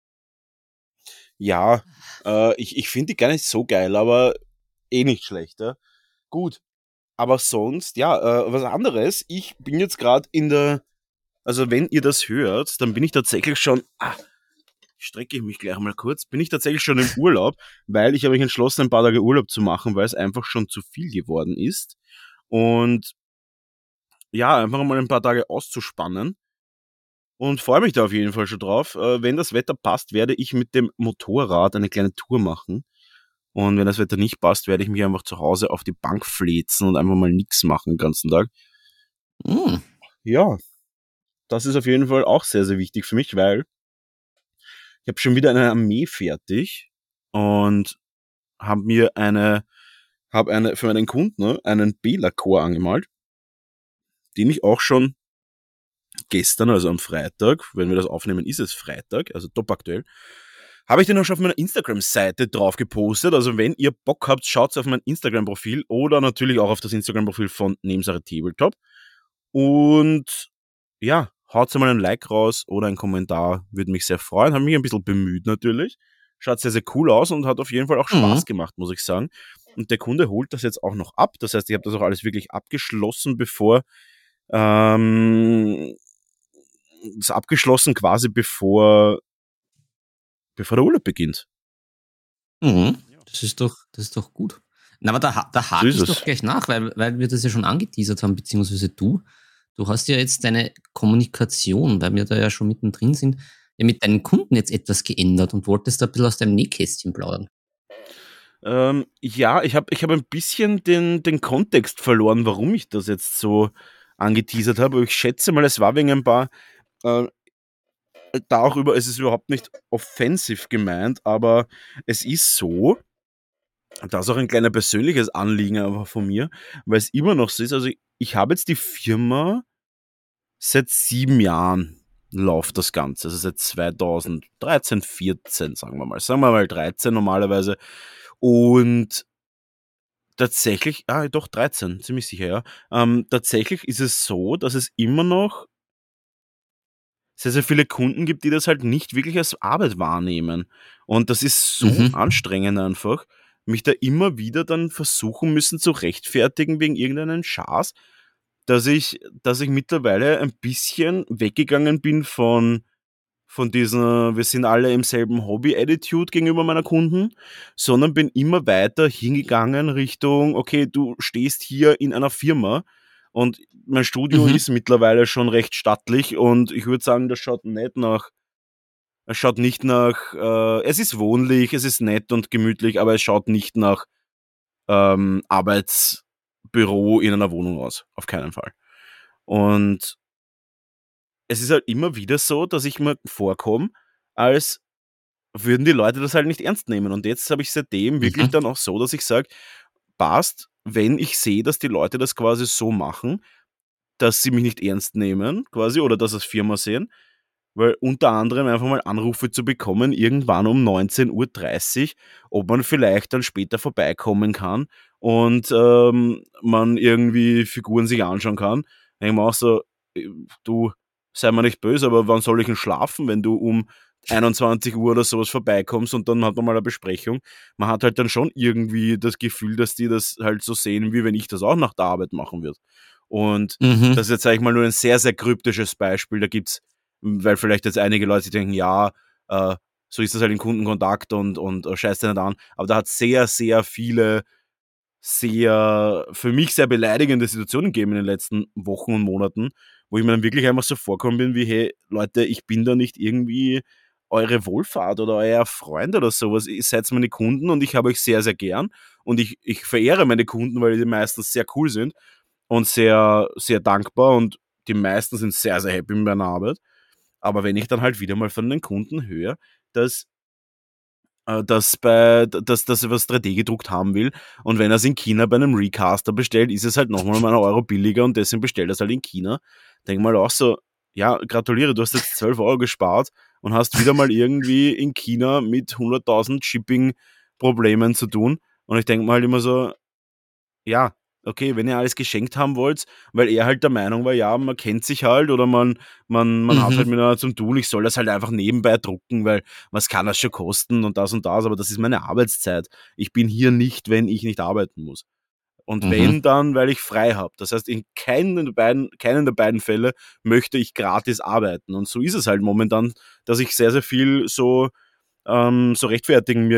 Ja, ich finde die gar nicht so geil, aber nicht schlecht. Ja? Gut, aber sonst, was anderes. Ich bin jetzt gerade also wenn ihr das hört, dann bin ich tatsächlich schon, strecke ich mich gleich mal kurz, bin ich tatsächlich schon im Urlaub, weil ich habe mich entschlossen, ein paar Tage Urlaub zu machen, weil es einfach schon zu viel geworden ist. Und ja, einfach mal ein paar Tage auszuspannen. und freue mich da auf jeden Fall schon drauf. Wenn das Wetter passt, werde ich mit dem Motorrad eine kleine Tour machen. Und wenn das Wetter nicht passt, werde ich mich einfach zu Hause auf die Bank fläzen und einfach mal nichts machen den ganzen Tag. Mm. Ja, das ist auf jeden Fall auch sehr, sehr wichtig für mich, weil ich habe schon wieder eine Armee fertig und habe für meinen Kunden einen Bela-Chor angemalt, den ich auch schon gestern, also am Freitag, wenn wir das aufnehmen, ist es Freitag, also top aktuell, habe ich den auch schon auf meiner Instagram-Seite drauf gepostet. Also wenn ihr Bock habt, schaut auf mein Instagram-Profil oder natürlich auch auf das Instagram-Profil von Nebensache Tabletop. Und ja, haut mal ein Like raus oder einen Kommentar, würde mich sehr freuen. Habe mich ein bisschen bemüht natürlich. Schaut sehr, sehr cool aus und hat auf jeden Fall auch Spaß gemacht, muss ich sagen. Und der Kunde holt das jetzt auch noch ab. Das heißt, ich habe das auch alles wirklich abgeschlossen, bevor der Urlaub beginnt. Mhm. Das ist doch gut. Na, aber da hake ich doch gleich nach, weil wir das ja schon angeteasert haben, beziehungsweise du. Du hast ja jetzt deine Kommunikation, weil wir da ja schon mittendrin sind, ja mit deinen Kunden jetzt etwas geändert und wolltest da ein bisschen aus deinem Nähkästchen plaudern. Ja, ich hab ein bisschen den Kontext verloren, warum ich das jetzt so angeteasert habe. Aber ich schätze mal, es war wegen ein paar darüber, es ist überhaupt nicht offensiv gemeint, aber es ist so, das ist auch ein kleiner persönliches Anliegen aber von mir, weil es immer noch so ist, also ich habe jetzt die Firma seit 7 Jahren läuft das Ganze, also seit 2013, 14, sagen wir mal 13 normalerweise und tatsächlich, doch 13, ziemlich sicher, ja. Tatsächlich ist es so, dass es immer noch sehr, sehr viele Kunden gibt, die das halt nicht wirklich als Arbeit wahrnehmen. Und das ist so anstrengend einfach, mich da immer wieder dann versuchen müssen zu rechtfertigen wegen irgendeinen Schaß, dass ich mittlerweile ein bisschen weggegangen bin von dieser wir sind alle im selben Hobby-Attitude gegenüber meiner Kunden, sondern bin immer weiter hingegangen Richtung, okay, du stehst hier in einer Firma und mein Studio ist mittlerweile schon recht stattlich und ich würde sagen, es schaut nicht nach, es ist wohnlich, es ist nett und gemütlich, aber es schaut nicht nach Arbeitsbüro in einer Wohnung aus, auf keinen Fall. Und es ist halt immer wieder so, dass ich mir vorkomme, als würden die Leute das halt nicht ernst nehmen. Und jetzt habe ich seitdem wirklich dann auch so, dass ich sage, passt, wenn ich sehe, dass die Leute das quasi so machen, dass sie mich nicht ernst nehmen, quasi, oder das als Firma sehen, weil unter anderem einfach mal Anrufe zu bekommen, irgendwann um 19:30 Uhr, ob man vielleicht dann später vorbeikommen kann und man irgendwie Figuren sich anschauen kann. Dann denke ich mir auch so, du, sei mal nicht böse, aber wann soll ich denn schlafen, wenn du um 21 Uhr oder sowas vorbeikommst und dann hat man mal eine Besprechung. Man hat halt dann schon irgendwie das Gefühl, dass die das halt so sehen, wie wenn ich das auch nach der Arbeit machen würde. Und das ist jetzt, sag ich mal, nur ein sehr, sehr kryptisches Beispiel. Da gibt's, weil vielleicht jetzt einige Leute sich denken, ja, so ist das halt im Kundenkontakt und scheiß dir nicht an. Aber da hat sehr, sehr viele sehr, für mich sehr beleidigende Situationen gegeben in den letzten Wochen und Monaten, wo ich mir dann wirklich einfach so vorkommen bin wie, hey, Leute, ich bin da nicht irgendwie eure Wohlfahrt oder euer Freund oder sowas. Ihr seid meine Kunden und ich habe euch sehr, sehr gern und ich verehre meine Kunden, weil die meistens sehr cool sind und sehr, sehr dankbar und die meisten sind sehr, sehr happy mit meiner Arbeit. Aber wenn ich dann halt wieder mal von den Kunden höre, dass dass er was 3D gedruckt haben will und wenn er es in China bei einem Recaster bestellt, ist es halt nochmal um 1 Euro billiger und deswegen bestellt er es halt in China. Denk mal auch so, ja, gratuliere, du hast jetzt 12 Euro gespart und hast wieder mal irgendwie in China mit 100.000 Shipping-Problemen zu tun. Und ich denke mal halt immer so, ja, okay, wenn ihr alles geschenkt haben wollt, weil er halt der Meinung war, ja, man kennt sich halt oder man hat halt miteinander zum Tun, ich soll das halt einfach nebenbei drucken, weil was kann das schon kosten und das, aber das ist meine Arbeitszeit. Ich bin hier nicht, wenn ich nicht arbeiten muss. Und wenn, dann, weil ich frei habe. Das heißt, in keinen der beiden Fälle möchte ich gratis arbeiten. Und so ist es halt momentan, dass ich sehr, sehr viel so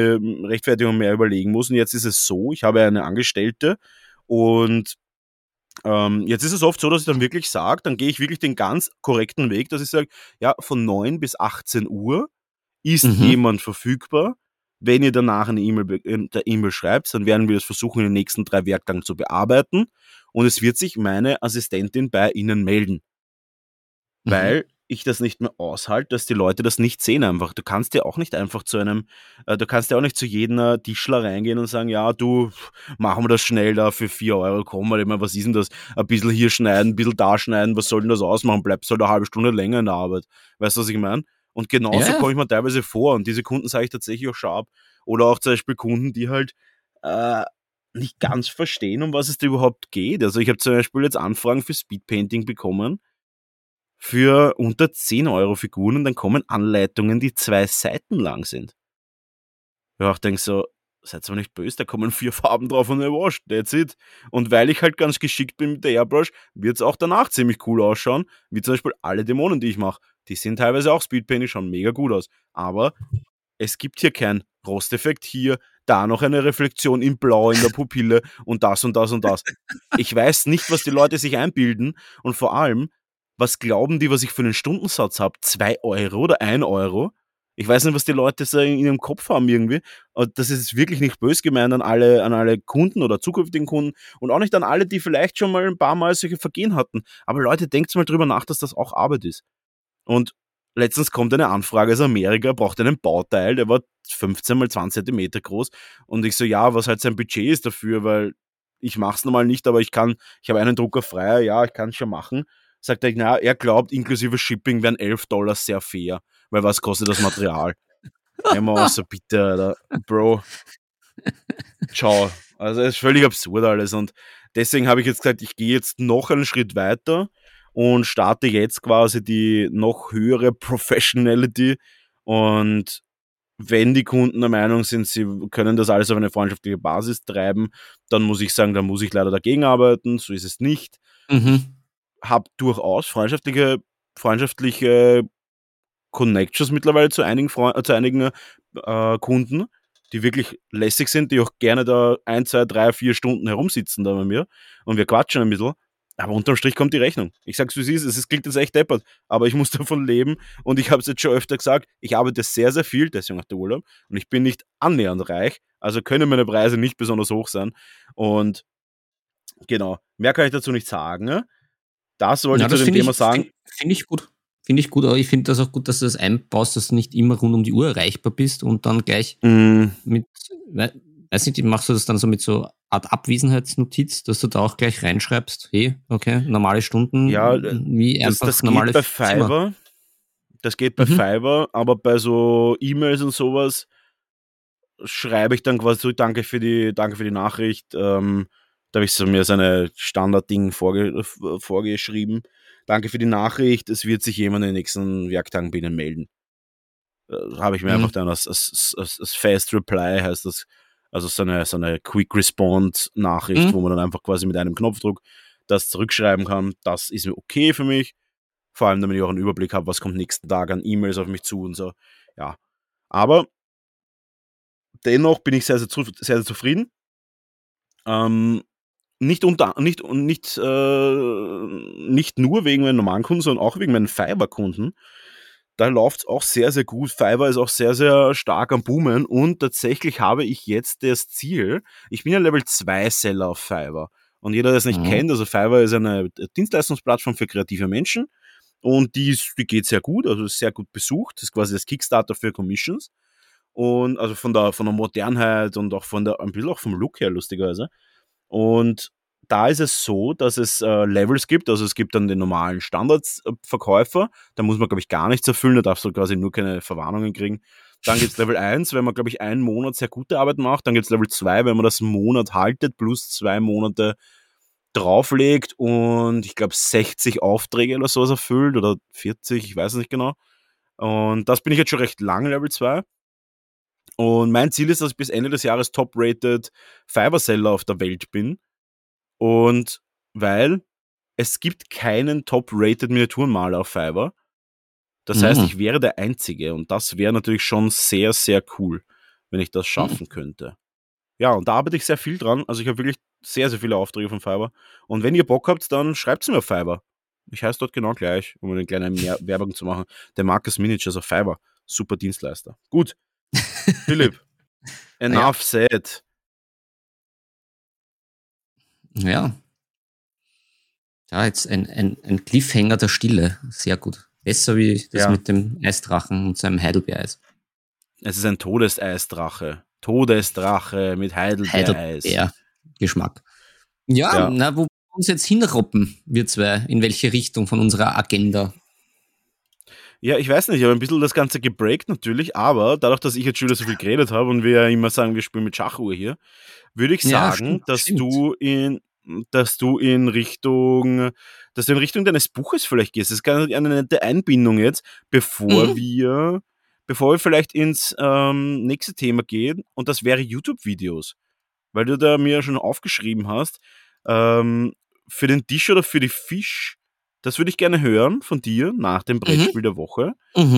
Rechtfertigung mehr überlegen muss. Und jetzt ist es so, ich habe eine Angestellte und Jetzt ist es oft so, dass ich dann wirklich sage, dann gehe ich wirklich den ganz korrekten Weg, dass ich sage, ja, von 9 bis 18 Uhr ist jemand verfügbar. Wenn ihr danach eine E-Mail schreibt, dann werden wir das versuchen, in den nächsten 3 Werktagen zu bearbeiten. Und es wird sich meine Assistentin bei Ihnen melden. Weil ich das nicht mehr aushalte, dass die Leute das nicht sehen einfach. Du kannst ja auch nicht einfach du kannst ja auch nicht zu jedem Tischler reingehen und sagen, ja, du, machen wir das schnell da für 4 Euro, komm mal, ich meine, was ist denn das? Ein bisschen hier schneiden, ein bisschen da schneiden, was soll denn das ausmachen? Bleibst halt eine halbe Stunde länger in der Arbeit. Weißt du, was ich meine? Und genauso komme ich mir teilweise vor und diese Kunden sage ich tatsächlich auch scharf. Oder auch zum Beispiel Kunden, die halt nicht ganz verstehen, um was es da überhaupt geht. Also ich habe zum Beispiel jetzt Anfragen für Speedpainting bekommen, für unter 10 Euro Figuren und dann kommen Anleitungen, die 2 Seiten lang sind. Ja, ich denke so, seid aber nicht böse, da kommen 4 Farben drauf und eine Wash, that's it. Und weil ich halt ganz geschickt bin mit der Airbrush, wird es auch danach ziemlich cool ausschauen, wie zum Beispiel alle Dämonen, die ich mache. Die sind teilweise auch Speedpainting, schauen mega gut aus. Aber es gibt hier keinen Rosteffekt hier, da noch eine Reflexion in Blau in der Pupille und das und das und das. Ich weiß nicht, was die Leute sich einbilden und vor allem, was glauben die, was ich für einen Stundensatz habe? 2 Euro oder 1 Euro? Ich weiß nicht, was die Leute so in ihrem Kopf haben irgendwie. Und das ist wirklich nicht böse gemeint an alle Kunden oder zukünftigen Kunden und auch nicht an alle, die vielleicht schon mal ein paar Mal solche Vergehen hatten. Aber Leute, denkt mal drüber nach, dass das auch Arbeit ist. Und letztens kommt eine Anfrage aus Amerika, braucht einen Bauteil, der war 15 mal 20 Zentimeter groß. Und ich so, ja, was halt sein Budget ist dafür, weil ich mach's normal nicht, aber ich habe einen Drucker frei, ja, ich kann es schon machen. Sagt er, na, er glaubt, inklusive Shipping wären $11 sehr fair, weil was kostet das Material? Immer so, bitte, Alter. Bro. Ciao. Also, es ist völlig absurd alles und deswegen habe ich jetzt gesagt, ich gehe jetzt noch einen Schritt weiter und starte jetzt quasi die noch höhere Professionality und wenn die Kunden der Meinung sind, sie können das alles auf eine freundschaftliche Basis treiben, dann muss ich sagen, dann muss ich leider dagegen arbeiten, so ist es nicht. Habe durchaus freundschaftliche Connections mittlerweile zu einigen Kunden, die wirklich lässig sind, die auch gerne da 1, 2, 3, 4 Stunden herumsitzen da bei mir und wir quatschen ein bisschen. Aber unterm Strich kommt die Rechnung. Ich sag's, wie es ist, es klingt jetzt echt deppert, aber ich muss davon leben und ich habe es jetzt schon öfter gesagt, ich arbeite sehr, sehr viel, deswegen auch der Urlaub und ich bin nicht annähernd reich, also können meine Preise nicht besonders hoch sein und genau, mehr kann ich dazu nicht sagen. Ne? Das wollte ich zu dem Thema sagen. Finde ich gut. Finde ich gut, aber ich finde das auch gut, dass du das einbaust, dass du nicht immer rund um die Uhr erreichbar bist und dann gleich mit, weiß nicht, machst du das dann so mit so Art Abwesenheitsnotiz, dass du da auch gleich reinschreibst, hey, okay, normale Stunden, ja, wie einfach das normale geht bei Fiverr. Das geht bei Fiverr, aber bei so E-Mails und sowas schreibe ich dann quasi so, danke für die Nachricht, da habe ich mir so eine Standardding vorgeschrieben. Danke für die Nachricht, es wird sich jemand in den nächsten Werktagen bei Ihnen melden. Habe ich mir einfach dann als Fast Reply heißt das, also so eine Quick Response Nachricht, wo man dann einfach quasi mit einem Knopfdruck das zurückschreiben kann. Das ist okay für mich. Vor allem, damit ich auch einen Überblick habe, was kommt nächsten Tag an E-Mails auf mich zu und so. Ja. Aber dennoch bin ich sehr, sehr, sehr zufrieden. Nicht nur wegen meinen normalen Kunden, sondern auch wegen meinen Fiverr-Kunden. Da läuft es auch sehr, sehr gut. Fiverr ist auch sehr, sehr stark am Boomen und tatsächlich habe ich jetzt das Ziel, ich bin ja Level 2 Seller auf Fiverr und jeder, der es nicht kennt, also Fiverr ist eine Dienstleistungsplattform für kreative Menschen und die geht sehr gut, also ist sehr gut besucht, das ist quasi das Kickstarter für Commissions und also von der Modernheit und auch ein bisschen auch vom Look her lustigerweise. Und da ist es so, dass es Levels gibt, also es gibt dann den normalen Standardverkäufer, da muss man, glaube ich, gar nichts erfüllen, da darfst du quasi nur keine Verwarnungen kriegen. Dann gibt es Level 1, wenn man, glaube ich, einen Monat sehr gute Arbeit macht, dann gibt es Level 2, wenn man das einen Monat haltet, plus 2 Monate drauflegt und ich glaube 60 Aufträge oder sowas erfüllt oder 40, ich weiß nicht genau. Und das bin ich jetzt schon recht lange, Level 2. Und mein Ziel ist, dass ich bis Ende des Jahres Top-Rated Fiverr-Seller auf der Welt bin. Und weil es gibt keinen Top-Rated Miniaturenmaler auf Fiverr. Das heißt, ich wäre der Einzige. Und das wäre natürlich schon sehr, sehr cool, wenn ich das schaffen könnte. Ja, und da arbeite ich sehr viel dran. Also ich habe wirklich sehr, sehr viele Aufträge von Fiverr. Und wenn ihr Bock habt, dann schreibt es mir auf Fiverr. Ich heiße dort genau gleich, um eine kleine Werbung zu machen. Der Marcus Miniatures auf Fiverr. Super Dienstleister. Gut. Philipp, enough said. Ja. Ja, jetzt ein Cliffhanger der Stille. Sehr gut. Besser wie das mit dem Eisdrachen und seinem Heidelbeereis. Es ist ein Todeseisdrache. Todesdrache mit Heidelbeereis. Heidelbeer-Geschmack. Ja, wo wir uns jetzt hinroppen, wir zwei, in welche Richtung von unserer Agenda? Ja, ich weiß nicht, ich habe ein bisschen das Ganze gebreakt natürlich, aber dadurch, dass ich jetzt schon wieder so viel geredet habe und wir ja immer sagen, wir spielen mit Schachuhr hier, würde ich sagen, dass du in Richtung deines Buches vielleicht gehst. Das ist eine nette Einbindung jetzt, bevor wir vielleicht ins nächste Thema gehen, und das wäre YouTube-Videos. Weil du da mir schon aufgeschrieben hast, für den Tisch oder für die Fisch, das würde ich gerne hören von dir nach dem Brettspiel der Woche.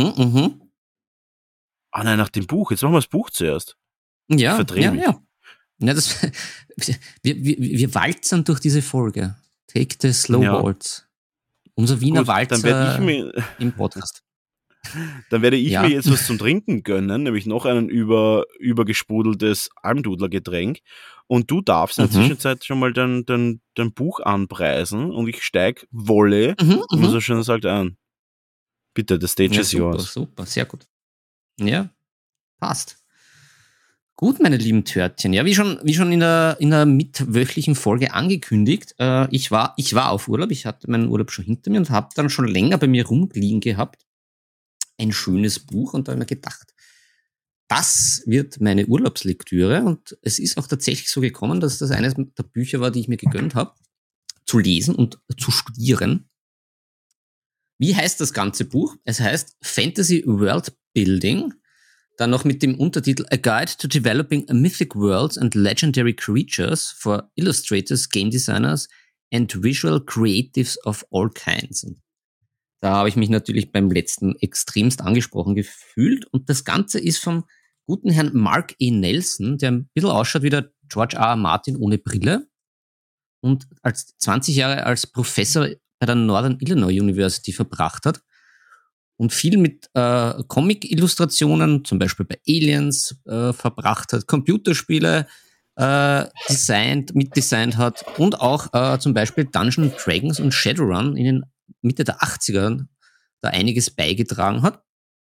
Ah nein, nach dem Buch. Jetzt machen wir das Buch zuerst. Ja. Ja, wir walzen durch diese Folge. Take the slow waltz. Unser Wiener Walzer im Podcast. Dann werde ich mir jetzt was zum Trinken gönnen, nämlich noch ein übergesprudeltes Almdudler-Getränk. Und du darfst in der Zwischenzeit schon mal dein Buch anpreisen und ich steige Wolle, wie man so schön sagt, an. Bitte, the stage is yours. Super, sehr gut. Ja, passt. Gut, meine lieben Törtchen. Ja, wie schon in der mitwöchlichen Folge angekündigt, ich war auf Urlaub. Ich hatte meinen Urlaub schon hinter mir und habe dann schon länger bei mir rumliegen gehabt. Ein schönes Buch, und da habe ich mir gedacht, das wird meine Urlaubslektüre, und es ist auch tatsächlich so gekommen, dass das eines der Bücher war, die ich mir gegönnt habe, zu lesen und zu studieren. Wie heißt das ganze Buch? Es heißt Fantasy World Building, dann noch mit dem Untertitel A Guide to Developing Mythic Worlds and Legendary Creatures for Illustrators, Game Designers and Visual Creatives of All Kinds. Und da habe ich mich natürlich beim letzten extremst angesprochen gefühlt. Und das Ganze ist vom guten Herrn Mark E. Nelson, der ein bisschen ausschaut wie der George R. R. Martin ohne Brille und als 20 Jahre als Professor bei der Northern Illinois University verbracht hat und viel mit Comic-Illustrationen, zum Beispiel bei Aliens, verbracht hat, Computerspiele mitdesignt hat und auch zum Beispiel Dungeons & Dragons und Shadowrun in den Mitte der 80er da einiges beigetragen hat.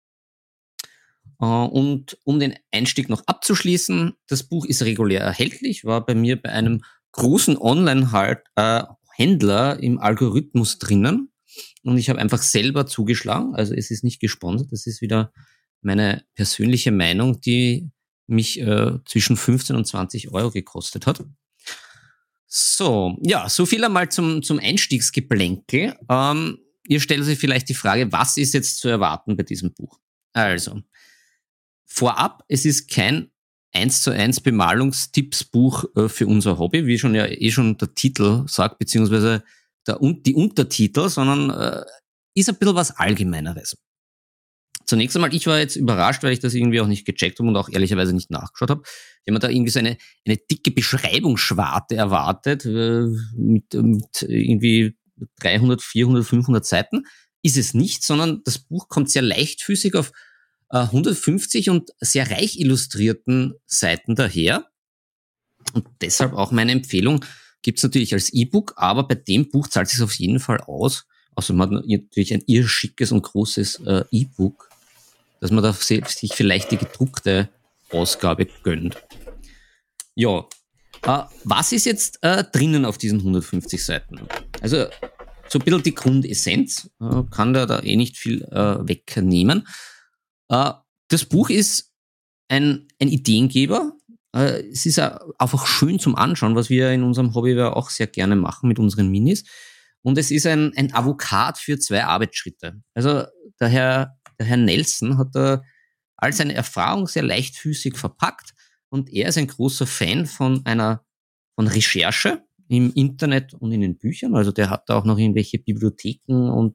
Und um den Einstieg noch abzuschließen, das Buch ist regulär erhältlich, war bei mir bei einem großen Online-Händler im Algorithmus drinnen, und ich habe einfach selber zugeschlagen, also es ist nicht gesponsert, das ist wieder meine persönliche Meinung, die mich zwischen 15 und 20 Euro gekostet hat. So, ja, so viel einmal zum Einstiegsgeplänkel. Ihr stellt euch vielleicht die Frage, was ist jetzt zu erwarten bei diesem Buch? Also, vorab, es ist kein 1:1 Bemalungstippsbuch für unser Hobby, wie schon der Titel sagt, beziehungsweise die Untertitel, sondern ist ein bisschen was Allgemeineres. Zunächst einmal, ich war jetzt überrascht, weil ich das irgendwie auch nicht gecheckt habe und auch ehrlicherweise nicht nachgeschaut habe. Ich habe mir da irgendwie so eine dicke Beschreibungsschwarte erwartet, mit irgendwie 300, 400, 500 Seiten. Ist es nicht, sondern das Buch kommt sehr leichtfüßig auf 150 und sehr reich illustrierten Seiten daher. Und deshalb auch meine Empfehlung, gibt's natürlich als E-Book, aber bei dem Buch zahlt es sich auf jeden Fall aus. Also man hat natürlich ein irrschickes und großes E-Book, dass man da sich vielleicht die gedruckte Ausgabe gönnt. Ja, was ist jetzt drinnen auf diesen 150 Seiten? Also so ein bisschen die Grundessenz, kann da nicht viel wegnehmen. Das Buch ist ein Ideengeber. Es ist einfach schön zum Anschauen, was wir in unserem Hobby auch sehr gerne machen mit unseren Minis. Und es ist ein Avocat für 2 Arbeitsschritte. Also der Herr Nelson hat da all seine Erfahrung sehr leichtfüßig verpackt, und er ist ein großer Fan von Recherche im Internet und in den Büchern. Also der hat da auch noch irgendwelche Bibliotheken und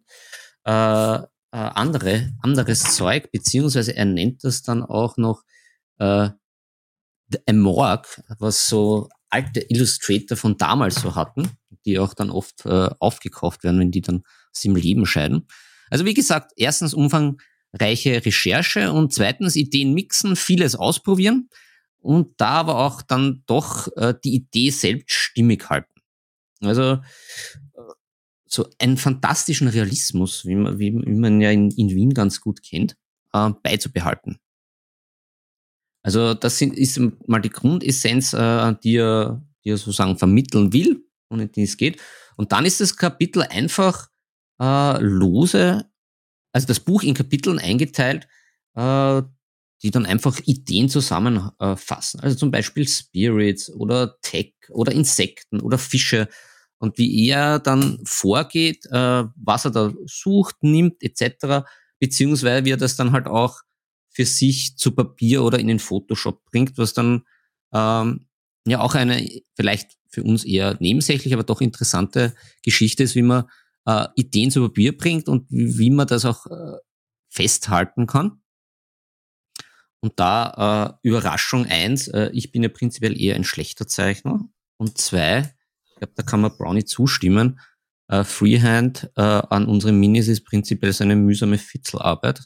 anderes Zeug, beziehungsweise er nennt das dann auch noch The Amorg, was so alte Illustrator von damals so hatten, die auch dann oft aufgekauft werden, wenn die dann aus dem Leben scheiden. Also wie gesagt, erstens umfangreiche Recherche und zweitens Ideen mixen, vieles ausprobieren und da aber auch dann doch die Idee selbst stimmig halten. Also so einen fantastischen Realismus, wie man ja in Wien ganz gut kennt, beizubehalten. Also das ist mal die Grundessenz, die er sozusagen vermitteln will und in die es geht. Und dann ist das Kapitel einfach lose, also das Buch in Kapiteln eingeteilt, die dann einfach Ideen zusammenfassen. Also zum Beispiel Spirits oder Tech oder Insekten oder Fische und wie er dann vorgeht, was er da sucht, nimmt etc., beziehungsweise wie er das dann halt auch für sich zu Papier oder in den Photoshop bringt, was dann ja auch eine vielleicht für uns eher nebensächlich, aber doch interessante Geschichte ist, wie man Ideen zu Papier bringt und wie man das auch festhalten kann. Und da Überraschung 1, ich bin ja prinzipiell eher ein schlechter Zeichner. Und 2, ich glaube, da kann man Brownie zustimmen, Freehand an unseren Minis ist prinzipiell so eine mühsame Fitzelarbeit.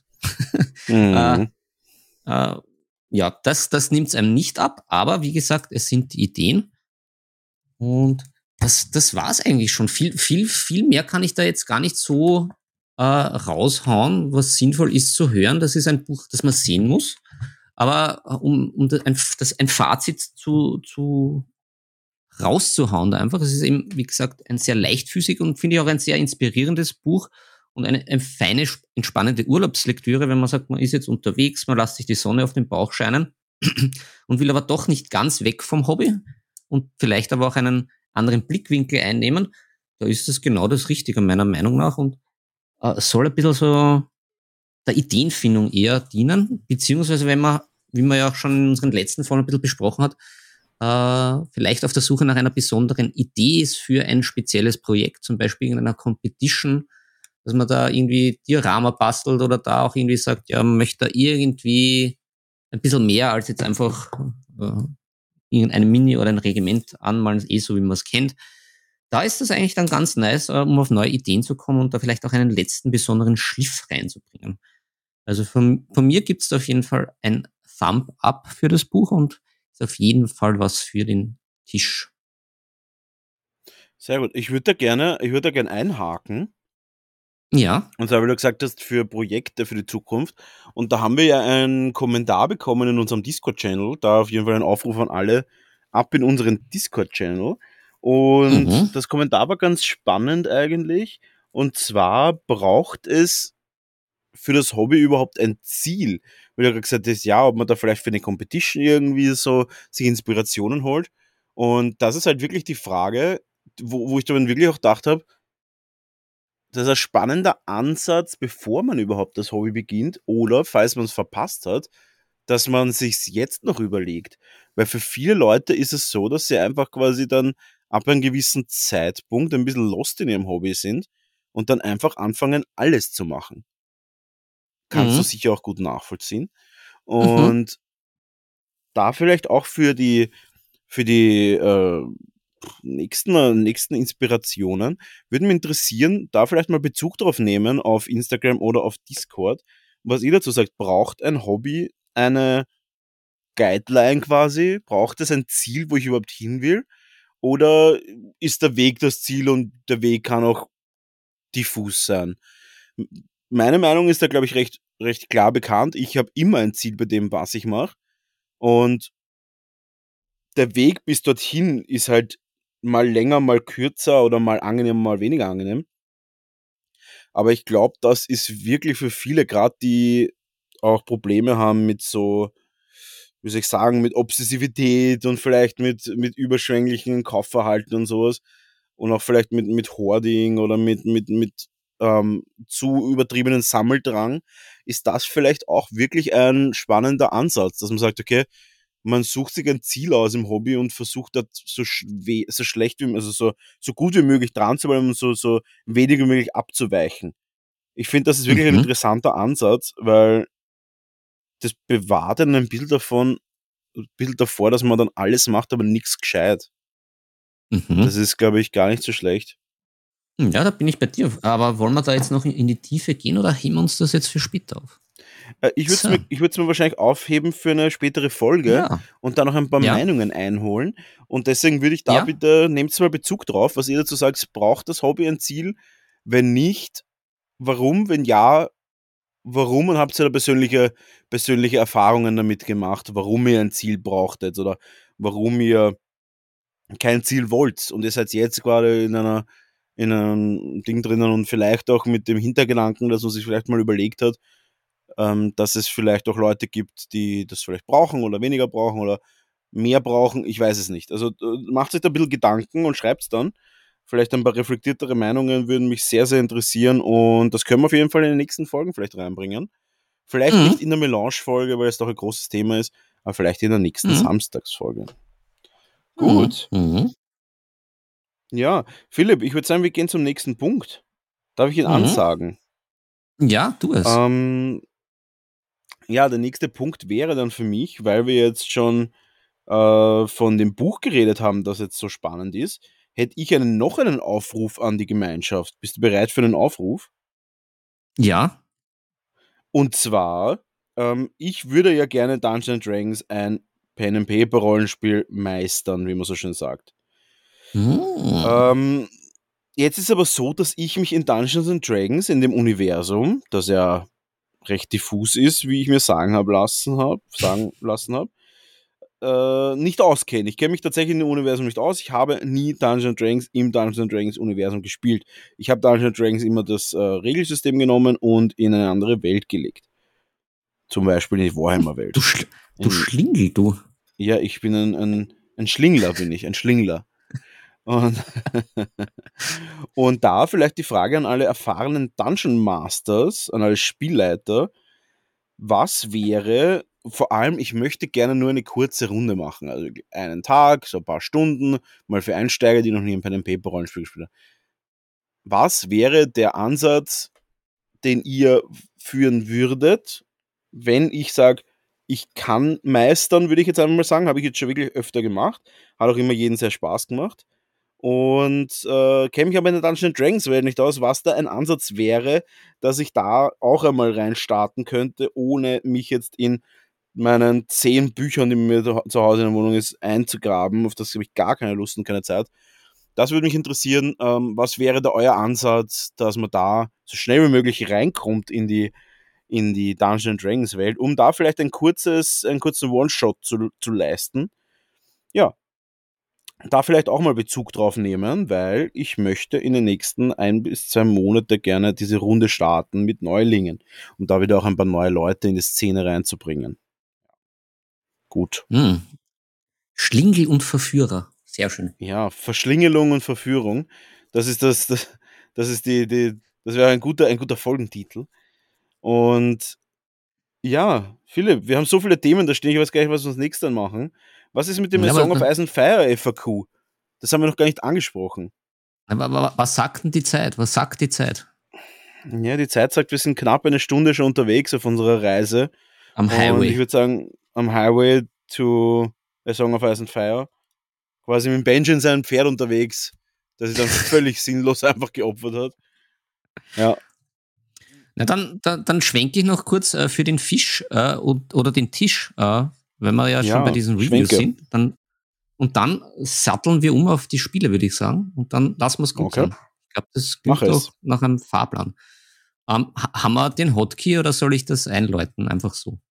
Ja, das nimmt es einem nicht ab, aber wie gesagt, es sind Ideen. Und das war's eigentlich schon. Viel mehr kann ich da jetzt gar nicht so raushauen, was sinnvoll ist zu hören. Das ist ein Buch, das man sehen muss. Aber um ein Fazit rauszuhauen, da einfach, das ist eben, wie gesagt, ein sehr leichtfüßig und finde ich auch ein sehr inspirierendes Buch und eine feine, entspannende Urlaubslektüre, wenn man sagt, man ist jetzt unterwegs, man lässt sich die Sonne auf den Bauch scheinen und will aber doch nicht ganz weg vom Hobby und vielleicht aber auch einen anderen Blickwinkel einnehmen. Da ist das genau das Richtige, meiner Meinung nach, und soll ein bisschen so der Ideenfindung eher dienen, beziehungsweise wenn man, wie man ja auch schon in unseren letzten Folgen ein bisschen besprochen hat, vielleicht auf der Suche nach einer besonderen Idee ist für ein spezielles Projekt, zum Beispiel in einer Competition, dass man da irgendwie Diorama bastelt oder da auch irgendwie sagt, ja, man möchte da irgendwie ein bisschen mehr als jetzt einfach irgendein Mini oder ein Regiment anmalen, so wie man es kennt. Da ist das eigentlich dann ganz nice, um auf neue Ideen zu kommen und da vielleicht auch einen letzten besonderen Schliff reinzubringen. Also von mir gibt es da auf jeden Fall ein Thumb up für das Buch und ist auf jeden Fall was für den Tisch. Sehr gut. Ich würde da gerne einhaken. Ja. Und zwar, weil du gesagt hast, für Projekte für die Zukunft. Und da haben wir ja einen Kommentar bekommen in unserem Discord-Channel. Da auf jeden Fall ein Aufruf an alle, ab in unseren Discord-Channel. Und das Kommentar war ganz spannend eigentlich. Und zwar braucht es für das Hobby überhaupt ein Ziel? Weil du gesagt hast, ja, ob man da vielleicht für eine Competition irgendwie so sich Inspirationen holt. Und das ist halt wirklich die Frage, wo ich dann wirklich auch gedacht habe, das ist ein spannender Ansatz, bevor man überhaupt das Hobby beginnt oder, falls man es verpasst hat, dass man sich's jetzt noch überlegt. Weil für viele Leute ist es so, dass sie einfach quasi dann ab einem gewissen Zeitpunkt ein bisschen lost in ihrem Hobby sind und dann einfach anfangen, alles zu machen. Kannst du sicher auch gut nachvollziehen. Und da vielleicht auch für die nächsten Inspirationen würde mich interessieren, da vielleicht mal Bezug drauf nehmen auf Instagram oder auf Discord, was ihr dazu sagt. Braucht ein Hobby eine Guideline quasi? Braucht es ein Ziel, wo ich überhaupt hin will? Oder ist der Weg das Ziel und der Weg kann auch diffus sein? Meine Meinung ist da, glaube ich, recht klar bekannt. Ich habe immer ein Ziel bei dem, was ich mache. Und der Weg bis dorthin ist halt mal länger, mal kürzer oder mal angenehm, mal weniger angenehm. Aber ich glaube, das ist wirklich für viele, gerade die auch Probleme haben mit so, wie soll ich sagen, mit Obsessivität und vielleicht mit überschwänglichen Kaufverhalten und sowas und auch vielleicht mit Hoarding oder mit zu übertriebenen Sammeldrang, ist das vielleicht auch wirklich ein spannender Ansatz, dass man sagt, okay, man sucht sich ein Ziel aus im Hobby und versucht dort so gut wie möglich dran zu bleiben und so wenig wie möglich abzuweichen. Ich finde, das ist wirklich ein interessanter Ansatz, weil das bewahrt einen ein bisschen davor, dass man dann alles macht, aber nichts gescheit. Mhm. Das ist, glaube ich, gar nicht so schlecht. Ja, da bin ich bei dir. Aber wollen wir da jetzt noch in die Tiefe gehen oder heben wir uns das jetzt für später auf? Ich würde es mir wahrscheinlich aufheben für eine spätere Folge Ja. und dann noch ein paar Ja. Meinungen einholen. Und deswegen würde ich da Ja. bitte, nehmt mal Bezug drauf, was ihr dazu sagt, braucht das Hobby ein Ziel? Wenn nicht, warum? Wenn ja, warum? Und habt ihr da persönliche Erfahrungen damit gemacht, warum ihr ein Ziel brauchtet oder warum ihr kein Ziel wollt und ihr seid jetzt gerade in einem Ding drinnen und vielleicht auch mit dem Hintergedanken, dass man sich vielleicht mal überlegt hat, dass es vielleicht auch Leute gibt, die das vielleicht brauchen oder weniger brauchen oder mehr brauchen, ich weiß es nicht. Also macht euch da ein bisschen Gedanken und schreibt es dann. Vielleicht ein paar reflektiertere Meinungen würden mich sehr, sehr interessieren und das können wir auf jeden Fall in den nächsten Folgen vielleicht reinbringen. Vielleicht nicht in der Melange-Folge, weil es doch ein großes Thema ist, aber vielleicht in der nächsten Samstagsfolge. Gut. Mhm. Ja, Philipp, ich würde sagen, wir gehen zum nächsten Punkt. Darf ich ihn ansagen? Ja, tu es. Ja, der nächste Punkt wäre dann für mich, weil wir jetzt schon von dem Buch geredet haben, das jetzt so spannend ist, hätte ich noch einen Aufruf an die Gemeinschaft. Bist du bereit für einen Aufruf? Ja. Und zwar, ich würde ja gerne Dungeons & Dragons ein Pen-and-Paper-Rollenspiel meistern, wie man so schön sagt. Jetzt ist aber so, dass ich mich in Dungeons & Dragons, in dem Universum, das ja recht diffus ist, wie ich mir sagen lassen habe, nicht auskenne. Ich kenne mich tatsächlich in dem Universum nicht aus. Ich habe nie Dungeons & Dragons im Dungeons & Dragons Universum gespielt. Ich habe Dungeons & Dragons immer das Regelsystem genommen und in eine andere Welt gelegt. Zum Beispiel in die Warhammer-Welt. Du Schlingel, du. Ja, ich bin ein Schlingler, ein Schlingler. Und da vielleicht die Frage an alle erfahrenen Dungeon Masters, an alle Spielleiter, was wäre, vor allem, ich möchte gerne nur eine kurze Runde machen, also einen Tag, so ein paar Stunden, mal für Einsteiger, die noch nie ein Pen-and-Paper-Rollenspiel gespielt haben. Was wäre der Ansatz, den ihr führen würdet, wenn ich sage, ich kann meistern, würde ich jetzt einmal sagen, habe ich jetzt schon wirklich öfter gemacht, hat auch immer jeden sehr Spaß gemacht und kenne mich aber in der Dungeons & Dragons Welt nicht aus, was da ein Ansatz wäre, dass ich da auch einmal reinstarten könnte, ohne mich jetzt in meinen 10 Büchern, die mir zu Hause in der Wohnung ist, einzugraben. Auf das habe ich gar keine Lust und keine Zeit. Das würde mich interessieren, was wäre da euer Ansatz, dass man da so schnell wie möglich reinkommt in die Dungeons & Dragons Welt, um da vielleicht einen kurzen One-Shot zu leisten. Ja, da vielleicht auch mal Bezug drauf nehmen, weil ich möchte in den nächsten 1 bis 2 Monate gerne diese Runde starten mit Neulingen, um da wieder auch ein paar neue Leute in die Szene reinzubringen. Gut. Schlingel und Verführer. Sehr schön. Ja, Verschlingelung und Verführung. Das wäre ein guter Folgentitel. Und ja, Philipp, wir haben so viele Themen da stehen, ich weiß gar nicht, was wir uns nächstes Mal machen. Was ist mit dem Song of Ice and Fire FAQ? Das haben wir noch gar nicht angesprochen. Aber was sagt denn die Zeit? Was sagt die Zeit? Ja, die Zeit sagt, wir sind knapp eine Stunde schon unterwegs auf unserer Reise. Am Highway. Und ich würde sagen, am Highway to A Song of Ice and Fire. Quasi mit Benji in seinem Pferd unterwegs, das sich dann völlig sinnlos einfach geopfert hat. Ja. Na, dann schwenke ich noch kurz für den Fisch oder den Tisch, wenn wir ja schon bei diesen Reviews sind. Dann satteln wir um auf die Spiele, würde ich sagen. Und dann lassen wir es gut sein. Ich glaube, das klingt doch nach einem Fahrplan. Haben wir den Hotkey oder soll ich das einläuten? Einfach so.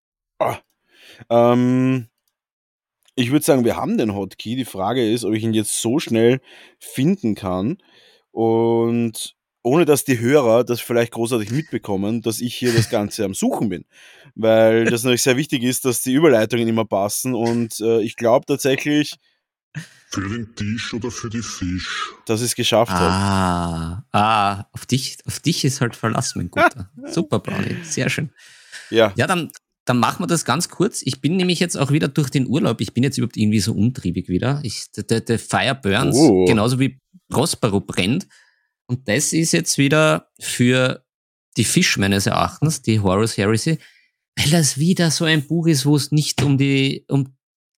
Ich würde sagen, wir haben den Hotkey. Die Frage ist, ob ich ihn jetzt so schnell finden kann und ohne dass die Hörer das vielleicht großartig mitbekommen, dass ich hier das Ganze am Suchen bin. Weil das natürlich sehr wichtig ist, dass die Überleitungen immer passen und ich glaube tatsächlich... Für den Tisch oder für die Fisch? Dass ich es geschafft habe. Auf dich ist halt Verlass, mein Guter. Super, Brownie, sehr schön. Ja, dann machen wir das ganz kurz. Ich bin nämlich jetzt auch wieder durch den Urlaub. Ich bin jetzt überhaupt irgendwie so umtriebig wieder. Der Fire burns, genauso wie Prospero brennt. Und das ist jetzt wieder für die Fisch meines Erachtens, die Horus Heresy, weil das wieder so ein Buch ist, wo es nicht um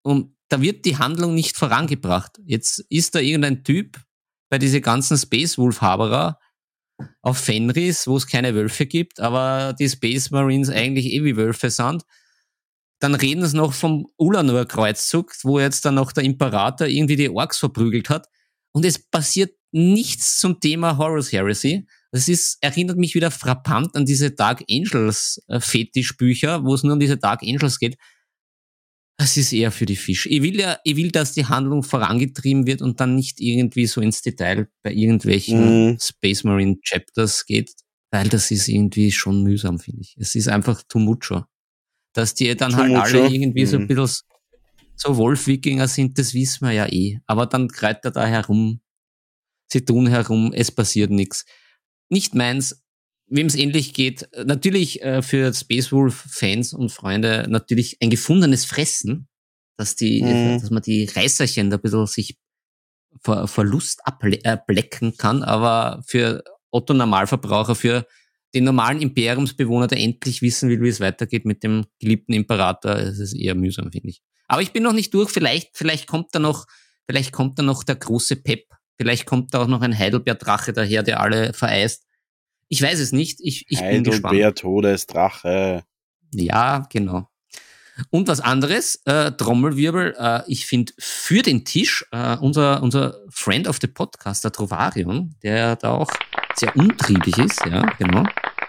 da wird die Handlung nicht vorangebracht. Jetzt ist da irgendein Typ bei diese ganzen Space Wolf-Haberer auf Fenris, wo es keine Wölfe gibt, aber die Space Marines eigentlich wie Wölfe sind. Dann reden sie noch vom Ulanor-Kreuzzug, wo jetzt dann noch der Imperator irgendwie die Orks verprügelt hat. Und es passiert nichts zum Thema Horus Heresy. Erinnert mich wieder frappant an diese Dark Angels Fetischbücher, wo es nur um diese Dark Angels geht. Das ist eher für die Fisch. Ich will, dass die Handlung vorangetrieben wird und dann nicht irgendwie so ins Detail bei irgendwelchen Space Marine Chapters geht, weil das ist irgendwie schon mühsam, finde ich. Es ist einfach too mucho. Dass die dann halt alle irgendwie so ein bisschen so Wolf-Wikinger sind, das wissen wir ja eh. Aber dann kreit er da herum, sie tun herum, es passiert nichts. Nicht meins, wem es ähnlich geht. Natürlich für Space Wolf-Fans und Freunde natürlich ein gefundenes Fressen, dass man die Reißerchen da ein bisschen sich vor Lust ablecken kann, aber für Otto-Normalverbraucher, für den normalen Imperiumsbewohner, der endlich wissen will, wie es weitergeht mit dem geliebten Imperator, es ist eher mühsam, finde ich. Aber ich bin noch nicht durch, vielleicht kommt da noch der große Pep, vielleicht kommt da auch noch ein Heidelbeer-Drache daher, der alle vereist. Ich weiß es nicht, ich bin gespannt. Heidelbeer-Todesdrache. Ja, genau. Und was anderes, Trommelwirbel, ich finde für den Tisch, unser Friend of the Podcast, der Trovarion, der da auch sehr untriebig ist, ja, genau.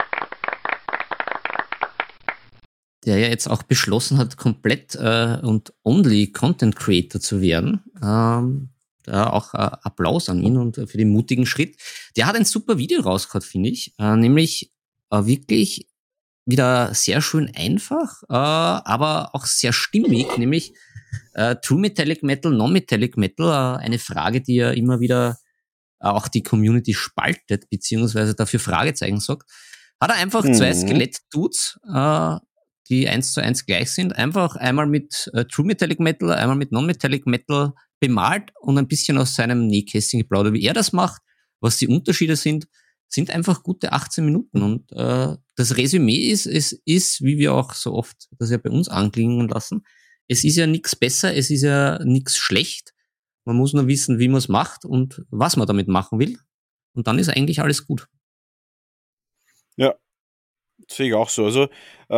Der ja jetzt auch beschlossen hat, komplett und only Content Creator zu werden. Da auch Applaus an ihn und für den mutigen Schritt. Der hat ein super Video rausgehauen, finde ich. Nämlich wirklich wieder sehr schön einfach, aber auch sehr stimmig, nämlich True Metallic Metal, Non-Metallic Metal, eine Frage, die ja immer wieder auch die Community spaltet, beziehungsweise dafür Fragezeichen sagt. Hat er einfach zwei Skelett-Dudes, die 1:1 gleich sind, einfach einmal mit True Metallic Metal, einmal mit Non-Metallic Metal bemalt und ein bisschen aus seinem Nähkästchen geplaudert, wie er das macht, was die Unterschiede sind einfach gute 18 Minuten. Und das Resümee ist, es ist, wie wir auch so oft das ja bei uns anklingen lassen, es ist ja nichts besser, es ist ja nichts schlecht. Man muss nur wissen, wie man es macht und was man damit machen will. Und dann ist eigentlich alles gut. Ja, das sehe ich auch so. Also,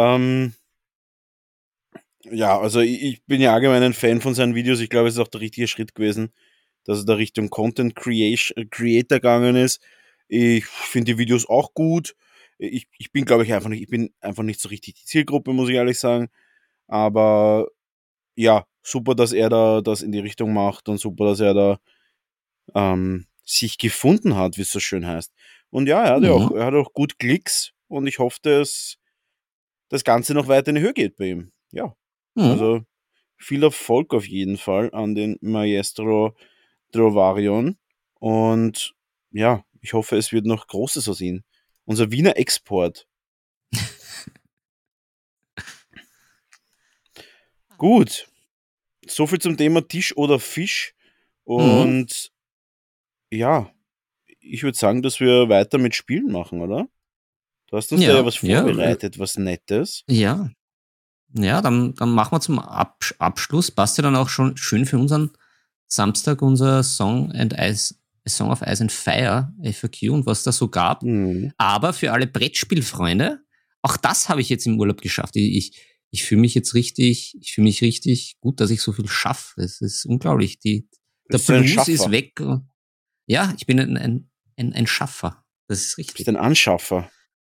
also ich bin ja allgemein ein Fan von seinen Videos. Ich glaube, es ist auch der richtige Schritt gewesen, dass er da Richtung Content Creator gegangen ist. Ich finde die Videos auch gut. Ich bin, glaube ich, einfach nicht so richtig die Zielgruppe, muss ich ehrlich sagen. Aber ja, super, dass er da das in die Richtung macht und super, dass er da sich gefunden hat, wie es so schön heißt. Und ja, er hat auch gut Klicks und ich hoffe, dass das Ganze noch weiter in die Höhe geht bei ihm. Ja, also viel Erfolg auf jeden Fall an den Maestro Trovarion und ja, ich hoffe, es wird noch Großes aus ihm. Unser Wiener Export. Gut. So viel zum Thema Tisch oder Fisch. Und ja, ich würde sagen, dass wir weiter mit Spielen machen, oder? Du hast uns da ja was vorbereitet, was Nettes. Ja. Ja, dann machen wir zum Abschluss. Passt ja dann auch schon schön für unseren Samstag unser Song of Ice and Fire, FAQ und was da so gab. Aber für alle Brettspielfreunde, auch das habe ich jetzt im Urlaub geschafft. Ich fühle mich jetzt richtig gut, dass ich so viel schaffe. Das ist unglaublich. Der Blues ist weg. Ja, ich bin ein Schaffer. Das ist richtig. Du bist ein Anschaffer.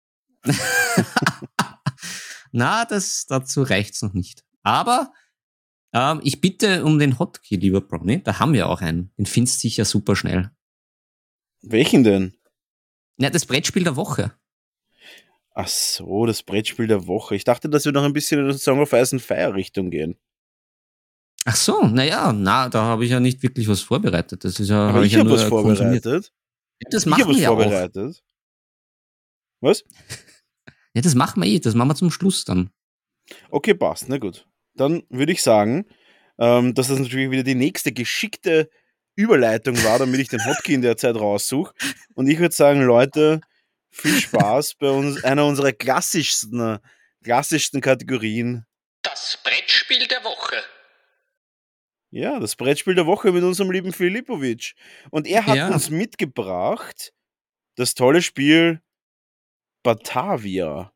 Na, dazu reicht's noch nicht. Aber ich bitte um den Hotkey, lieber Brownie. Da haben wir auch einen. Den findest du sicher super schnell. Welchen denn? Ja, das Brettspiel der Woche. Ach so, das Brettspiel der Woche. Ich dachte, dass wir noch ein bisschen in die Song of Ice and Fire Richtung gehen. Ach so, da habe ich ja nicht wirklich was vorbereitet. Das ist ja. Aber ich habe was vorbereitet. Das machen wir ja vorbereitet. Auch. Was? Ja, das machen wir zum Schluss dann. Okay, passt, na gut. Dann würde ich sagen, dass das natürlich wieder die nächste geschickte Überleitung war, damit ich den Hotkey in der Zeit raussuche. Und ich würde sagen, Leute, viel Spaß bei uns, einer unserer klassischsten Kategorien. Das Brettspiel der Woche. Ja, das Brettspiel der Woche mit unserem lieben Filipovic. Und er hat Ja. uns mitgebracht das tolle Spiel Batavia.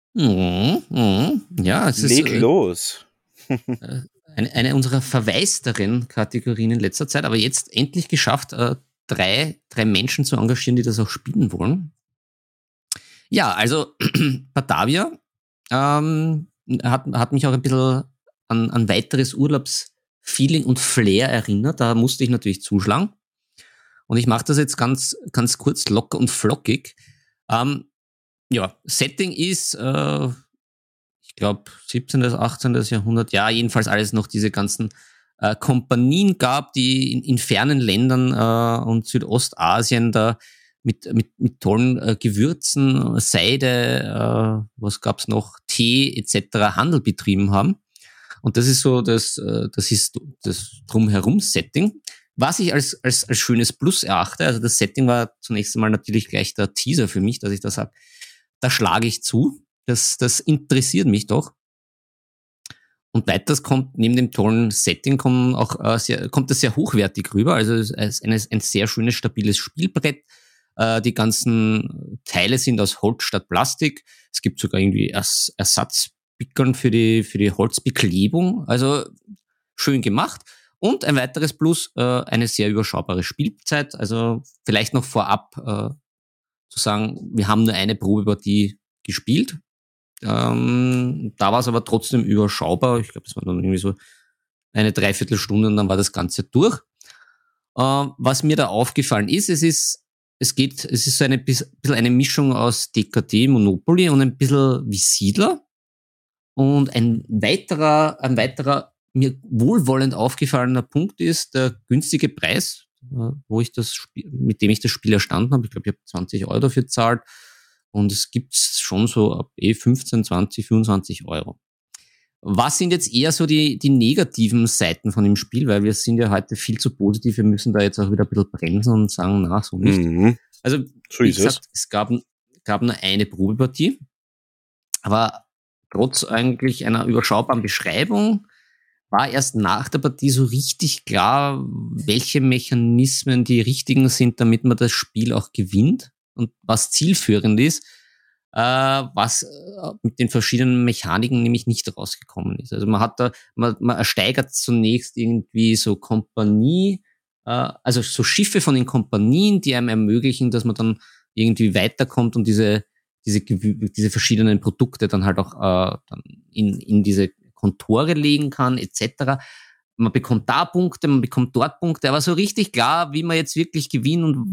Ja, es ist Leg los. eine unserer verwaisteren Kategorien in letzter Zeit, aber jetzt endlich geschafft, drei Menschen zu engagieren, die das auch spielen wollen. Ja, also Batavia hat mich auch ein bisschen an weiteres Urlaubsfeeling und Flair erinnert. Da musste ich natürlich zuschlagen. Und ich mache das jetzt ganz kurz, locker und flockig. Ja, Setting ist, ich glaube, 17., 18. Jahrhundert, ja, jedenfalls alles noch diese ganzen Kompanien gab, die in fernen Ländern und Südostasien da mit tollen Gewürzen, Seide, was gab's noch, Tee etc. Handel betrieben haben. Und das ist so das Drumherum-Setting. Was ich als schönes Plus erachte, also das Setting war zunächst einmal natürlich gleich der Teaser für mich, dass ich da sage, da schlage ich zu. Das interessiert mich doch. Und weiters kommt neben dem tollen Setting kommt das sehr hochwertig rüber. Also es ist ein sehr schönes, stabiles Spielbrett. Die ganzen Teile sind aus Holz statt Plastik. Es gibt sogar irgendwie Ersatzpickeln für die Holzbeklebung. Also schön gemacht. Und ein weiteres Plus, eine sehr überschaubare Spielzeit. Also vielleicht noch vorab zu sagen, wir haben nur eine Probepartie gespielt. Da war es aber trotzdem überschaubar. Ich glaube, es war dann irgendwie so eine Dreiviertelstunde und dann war das Ganze durch. Was mir da aufgefallen ist, es ist so ein bisschen eine Mischung aus DKT, Monopoly und ein bisschen wie Siedler. Und ein weiterer mir wohlwollend aufgefallener Punkt ist der günstige Preis, mit dem ich das Spiel erstanden habe. Ich glaube, ich habe 20 Euro dafür gezahlt. Und es gibt's schon so ab 15, 20, 25 Euro. Was sind jetzt eher so die negativen Seiten von dem Spiel? Weil wir sind ja heute viel zu positiv. Wir müssen da jetzt auch wieder ein bisschen bremsen und sagen, na, so nicht. Mhm. Also, So wie ist gesagt, es gab nur eine Probepartie. Aber trotz eigentlich einer überschaubaren Beschreibung war erst nach der Partie so richtig klar, welche Mechanismen die richtigen sind, damit man das Spiel auch gewinnt. Und was zielführend ist, was mit den verschiedenen Mechaniken nämlich nicht rausgekommen ist. Also man ersteigert zunächst irgendwie so also so Schiffe von den Kompanien, die einem ermöglichen, dass man dann irgendwie weiterkommt und diese verschiedenen Produkte dann halt auch dann in diese Kontore legen kann, etc. Man bekommt da Punkte, man bekommt dort Punkte, aber so richtig klar, wie man jetzt wirklich gewinnt und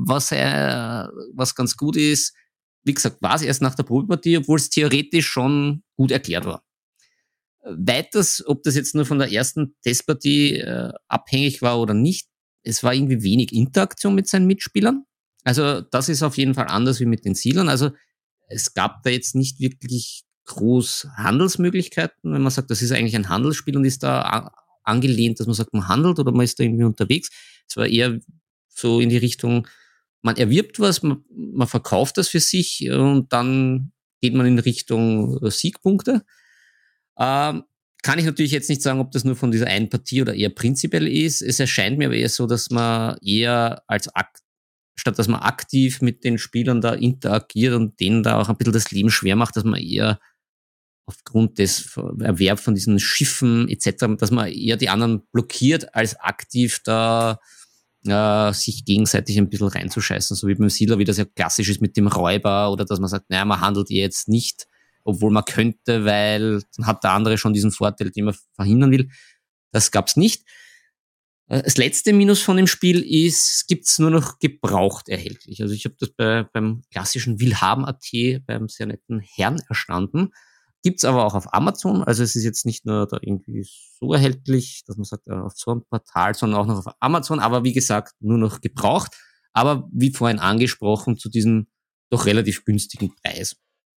was ganz gut ist, wie gesagt, war es erst nach der Probepartie, obwohl es theoretisch schon gut erklärt war. Weiters, ob das jetzt nur von der ersten Testpartie abhängig war oder nicht, es war irgendwie wenig Interaktion mit seinen Mitspielern. Also das ist auf jeden Fall anders wie mit den Siedlern. Also es gab da jetzt nicht wirklich groß Handelsmöglichkeiten, wenn man sagt, das ist eigentlich ein Handelsspiel und ist da angelehnt, dass man sagt, man handelt oder man ist da irgendwie unterwegs. Es war eher so in die Richtung, man erwirbt was, man verkauft das für sich und dann geht man in Richtung Siegpunkte. Kann ich natürlich jetzt nicht sagen, ob das nur von dieser einen Partie oder eher prinzipiell ist. Es erscheint mir aber eher so, dass man eher statt dass man aktiv mit den Spielern da interagiert und denen da auch ein bisschen das Leben schwer macht, dass man eher aufgrund des Erwerbs von diesen Schiffen etc., dass man eher die anderen blockiert, als aktiv da sich gegenseitig ein bisschen reinzuscheißen, so wie beim Siedler, wie das ja klassisch ist mit dem Räuber oder dass man sagt, naja, man handelt jetzt nicht, obwohl man könnte, weil dann hat der andere schon diesen Vorteil, den man verhindern will. Das gab's nicht. Das letzte Minus von dem Spiel ist, gibt's nur noch gebraucht erhältlich. Also ich habe das beim klassischen Willhaben.at beim sehr netten Herrn erstanden. Gibt's aber auch auf Amazon. Also es ist jetzt nicht nur da irgendwie so erhältlich, dass man sagt, auf so einem Portal, sondern auch noch auf Amazon. Aber wie gesagt, nur noch gebraucht. Aber wie vorhin angesprochen, zu diesem doch relativ günstigen Preis.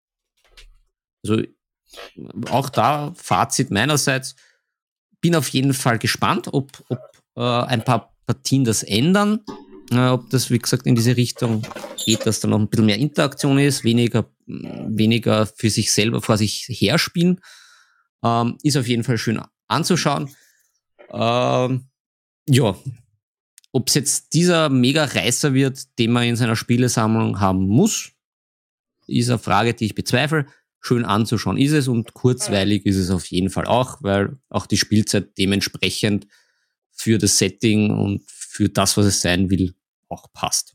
Also auch da Fazit meinerseits. Bin auf jeden Fall gespannt, ob ein paar Partien das ändern. Ob das, wie gesagt, in diese Richtung geht, dass da noch ein bisschen mehr Interaktion ist, weniger für sich selber vor sich herspielen. Ist auf jeden Fall schön anzuschauen. Ja, ob es jetzt dieser Mega-Reißer wird, den man in seiner Spielesammlung haben muss, ist eine Frage, die ich bezweifle. Schön anzuschauen ist es und kurzweilig ist es auf jeden Fall auch, weil auch die Spielzeit dementsprechend für das Setting und für das, was es sein will, auch passt.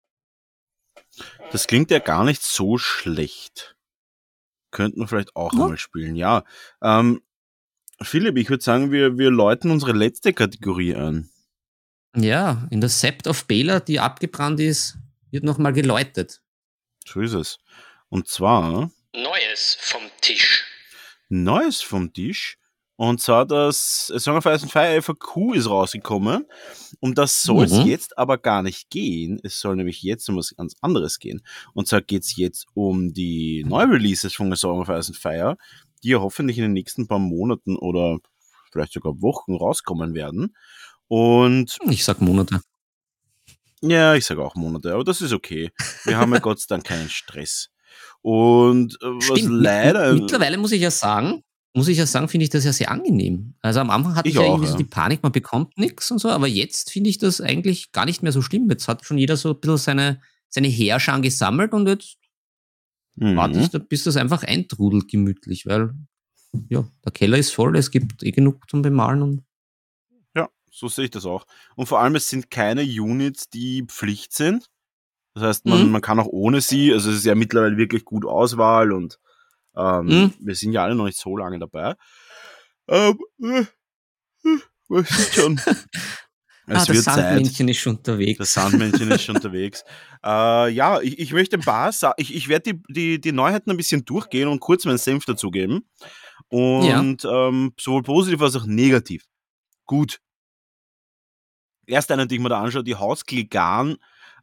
Das klingt ja gar nicht so schlecht. Könnten wir vielleicht auch mal spielen. Ja, Philipp, ich würde sagen, wir läuten unsere letzte Kategorie an. Ja, in der Sept of Baelor, die abgebrannt ist, wird nochmal geläutet. So ist es. Und zwar Neues vom Tisch. Neues vom Tisch. Und zwar das Song of Ice and Fire FAQ ist rausgekommen. Und das soll es jetzt aber gar nicht gehen. Es soll nämlich jetzt um was ganz anderes gehen. Und zwar geht es jetzt um die Neu-Releases von A Song of Ice and Fire, die ja hoffentlich in den nächsten paar Monaten oder vielleicht sogar Wochen rauskommen werden. Und ich sag Monate. Ja, ich sage auch Monate, aber das ist okay. Wir haben ja Gott sei Dank keinen Stress. Und was Stimmt, leider... Mittlerweile muss ich ja sagen, finde ich das ja sehr angenehm. Also am Anfang hatte ich ja irgendwie so die Panik, man bekommt nichts und so, aber jetzt finde ich das eigentlich gar nicht mehr so schlimm. Jetzt hat schon jeder so ein bisschen seine Heerscharen gesammelt und jetzt warte ich, bis das einfach eintrudelt gemütlich, weil ja, der Keller ist voll, es gibt genug zum Bemalen und ja, so sehe ich das auch. Und vor allem, es sind keine Units, die Pflicht sind. Das heißt, man kann auch ohne sie, also es ist ja mittlerweile wirklich gut Auswahl und wir sind ja alle noch nicht so lange dabei. Was ist schon? Das Sandmännchen ist schon unterwegs. Das Sandmännchen ist schon unterwegs. Ja, ich möchte ein paar ich werde die Neuheiten ein bisschen durchgehen und kurz meinen Senf dazugeben. Und sowohl positiv als auch negativ. Gut. Erst eine, die ich mir da anschaue, die Haus Clegane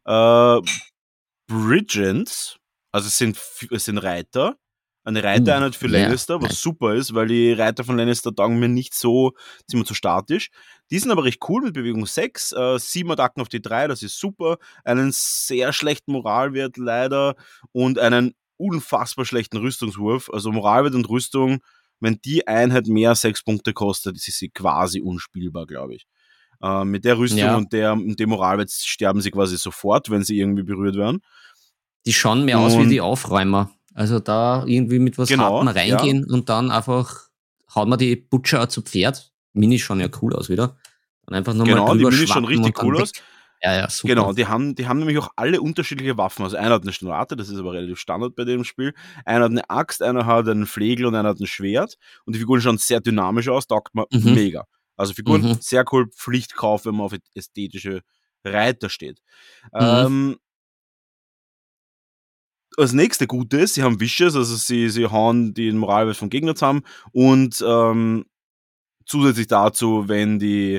Bridgens, also es sind Reiter, eine Reitereinheit für Lannister, was super ist, weil die Reiter von Lannister taugen mir nicht so, sind mir zu statisch. Die sind aber recht cool mit Bewegung 6, 7 Attacken auf die 3, das ist super, einen sehr schlechten Moralwert leider und einen unfassbar schlechten Rüstungswurf, also Moralwert und Rüstung, wenn die Einheit mehr 6 Punkte kostet, ist sie quasi unspielbar, glaube ich. Mit der Rüstung und dem Moralwert sterben sie quasi sofort, wenn sie irgendwie berührt werden. Die schauen mehr aus wie die Aufräumer. Also da irgendwie mit was Hartem reingehen und dann einfach haut man die Butcher zu Pferd. Mini schauen ja cool aus wieder. Dann einfach nochmal die Mini schauen richtig cool aus. Ja, super. Genau, die haben nämlich auch alle unterschiedliche Waffen. Also einer hat eine Schnurrate, das ist aber relativ Standard bei dem Spiel. Einer hat eine Axt, einer hat einen Flegel und einer hat ein Schwert. Und die Figuren schauen sehr dynamisch aus, taugt mir mega. Also Figuren sehr cool, Pflichtkauf, wenn man auf ästhetische Reiter steht. Als nächste Gute ist, sie haben Vicious, also sie hauen den Moralwert vom Gegner zusammen und zusätzlich dazu, wenn die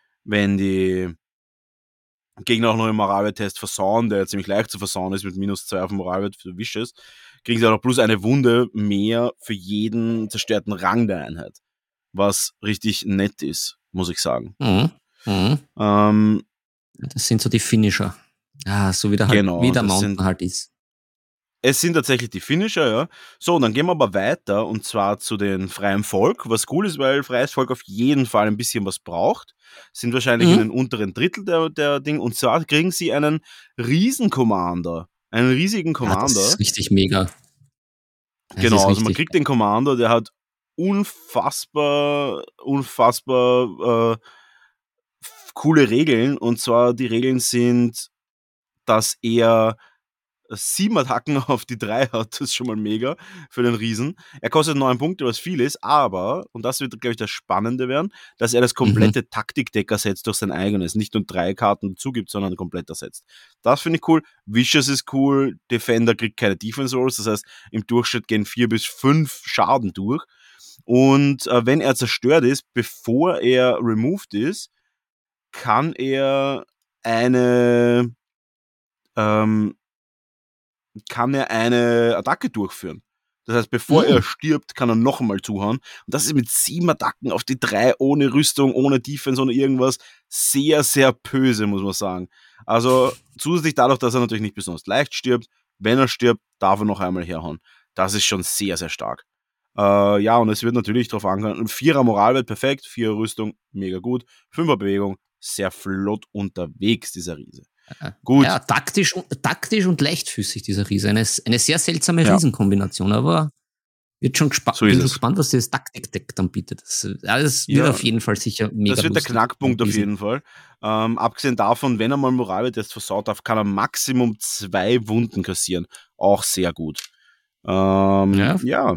Gegner auch noch im Moralwert-Test versauen, der ziemlich leicht zu versauen ist mit -2 auf dem Moralwert für Vicious, kriegen sie auch noch plus eine Wunde mehr für jeden zerstörten Rang der Einheit. Was richtig nett ist, muss ich sagen. Das sind so die Finisher. So wie der Mountain halt ist. Es sind tatsächlich die Finisher, ja. So, und dann gehen wir aber weiter, und zwar zu den freien Volk, was cool ist, weil freies Volk auf jeden Fall ein bisschen was braucht. Sind wahrscheinlich in den unteren Drittel der Ding, und zwar kriegen sie einen Riesen-Commander. Einen riesigen Commander. Das ist richtig mega. Genau, also man kriegt den Commander, der hat unfassbar coole Regeln, und zwar die Regeln sind, dass er 7 Attacken auf die 3 hat, das ist schon mal mega für den Riesen. Er kostet 9 Punkte, was viel ist, aber, und das wird, glaube ich, das Spannende werden, dass er das komplette Taktikdeck ersetzt durch sein eigenes, nicht nur 3 Karten dazu gibt, sondern komplett ersetzt. Das finde ich cool. Vicious ist cool, Defender kriegt keine Defense Rolls, das heißt, im Durchschnitt gehen 4 bis 5 Schaden durch. Und wenn er zerstört ist, bevor er removed ist, kann er eine Attacke durchführen. Das heißt, bevor er stirbt, kann er noch einmal zuhauen. Und das ist mit 7 Attacken auf die 3, ohne Rüstung, ohne Defense, ohne irgendwas, sehr, sehr böse, muss man sagen. Also zusätzlich dadurch, dass er natürlich nicht besonders leicht stirbt, wenn er stirbt, darf er noch einmal herhauen. Das ist schon sehr, sehr stark. Und es wird natürlich darauf ankommen, 4er Moralwert, perfekt, 4er Rüstung, mega gut, 5er Bewegung, sehr flott unterwegs, dieser Riese. Gut. Ja, taktisch und leichtfüßig, dieser Riese. Eine sehr seltsame Ja. Riesenkombination, aber wird schon So ist bin es. gespannt, was das Taktik-Deck dann bietet. Das wird Ja, auf jeden Fall sicher mega Das wird der lustig. Knackpunkt auf Riesen. jeden Fall. Abgesehen davon, wenn er mal Moraltest versaut darf, kann er Maximum 2 Wunden kassieren. Auch sehr gut. Ja.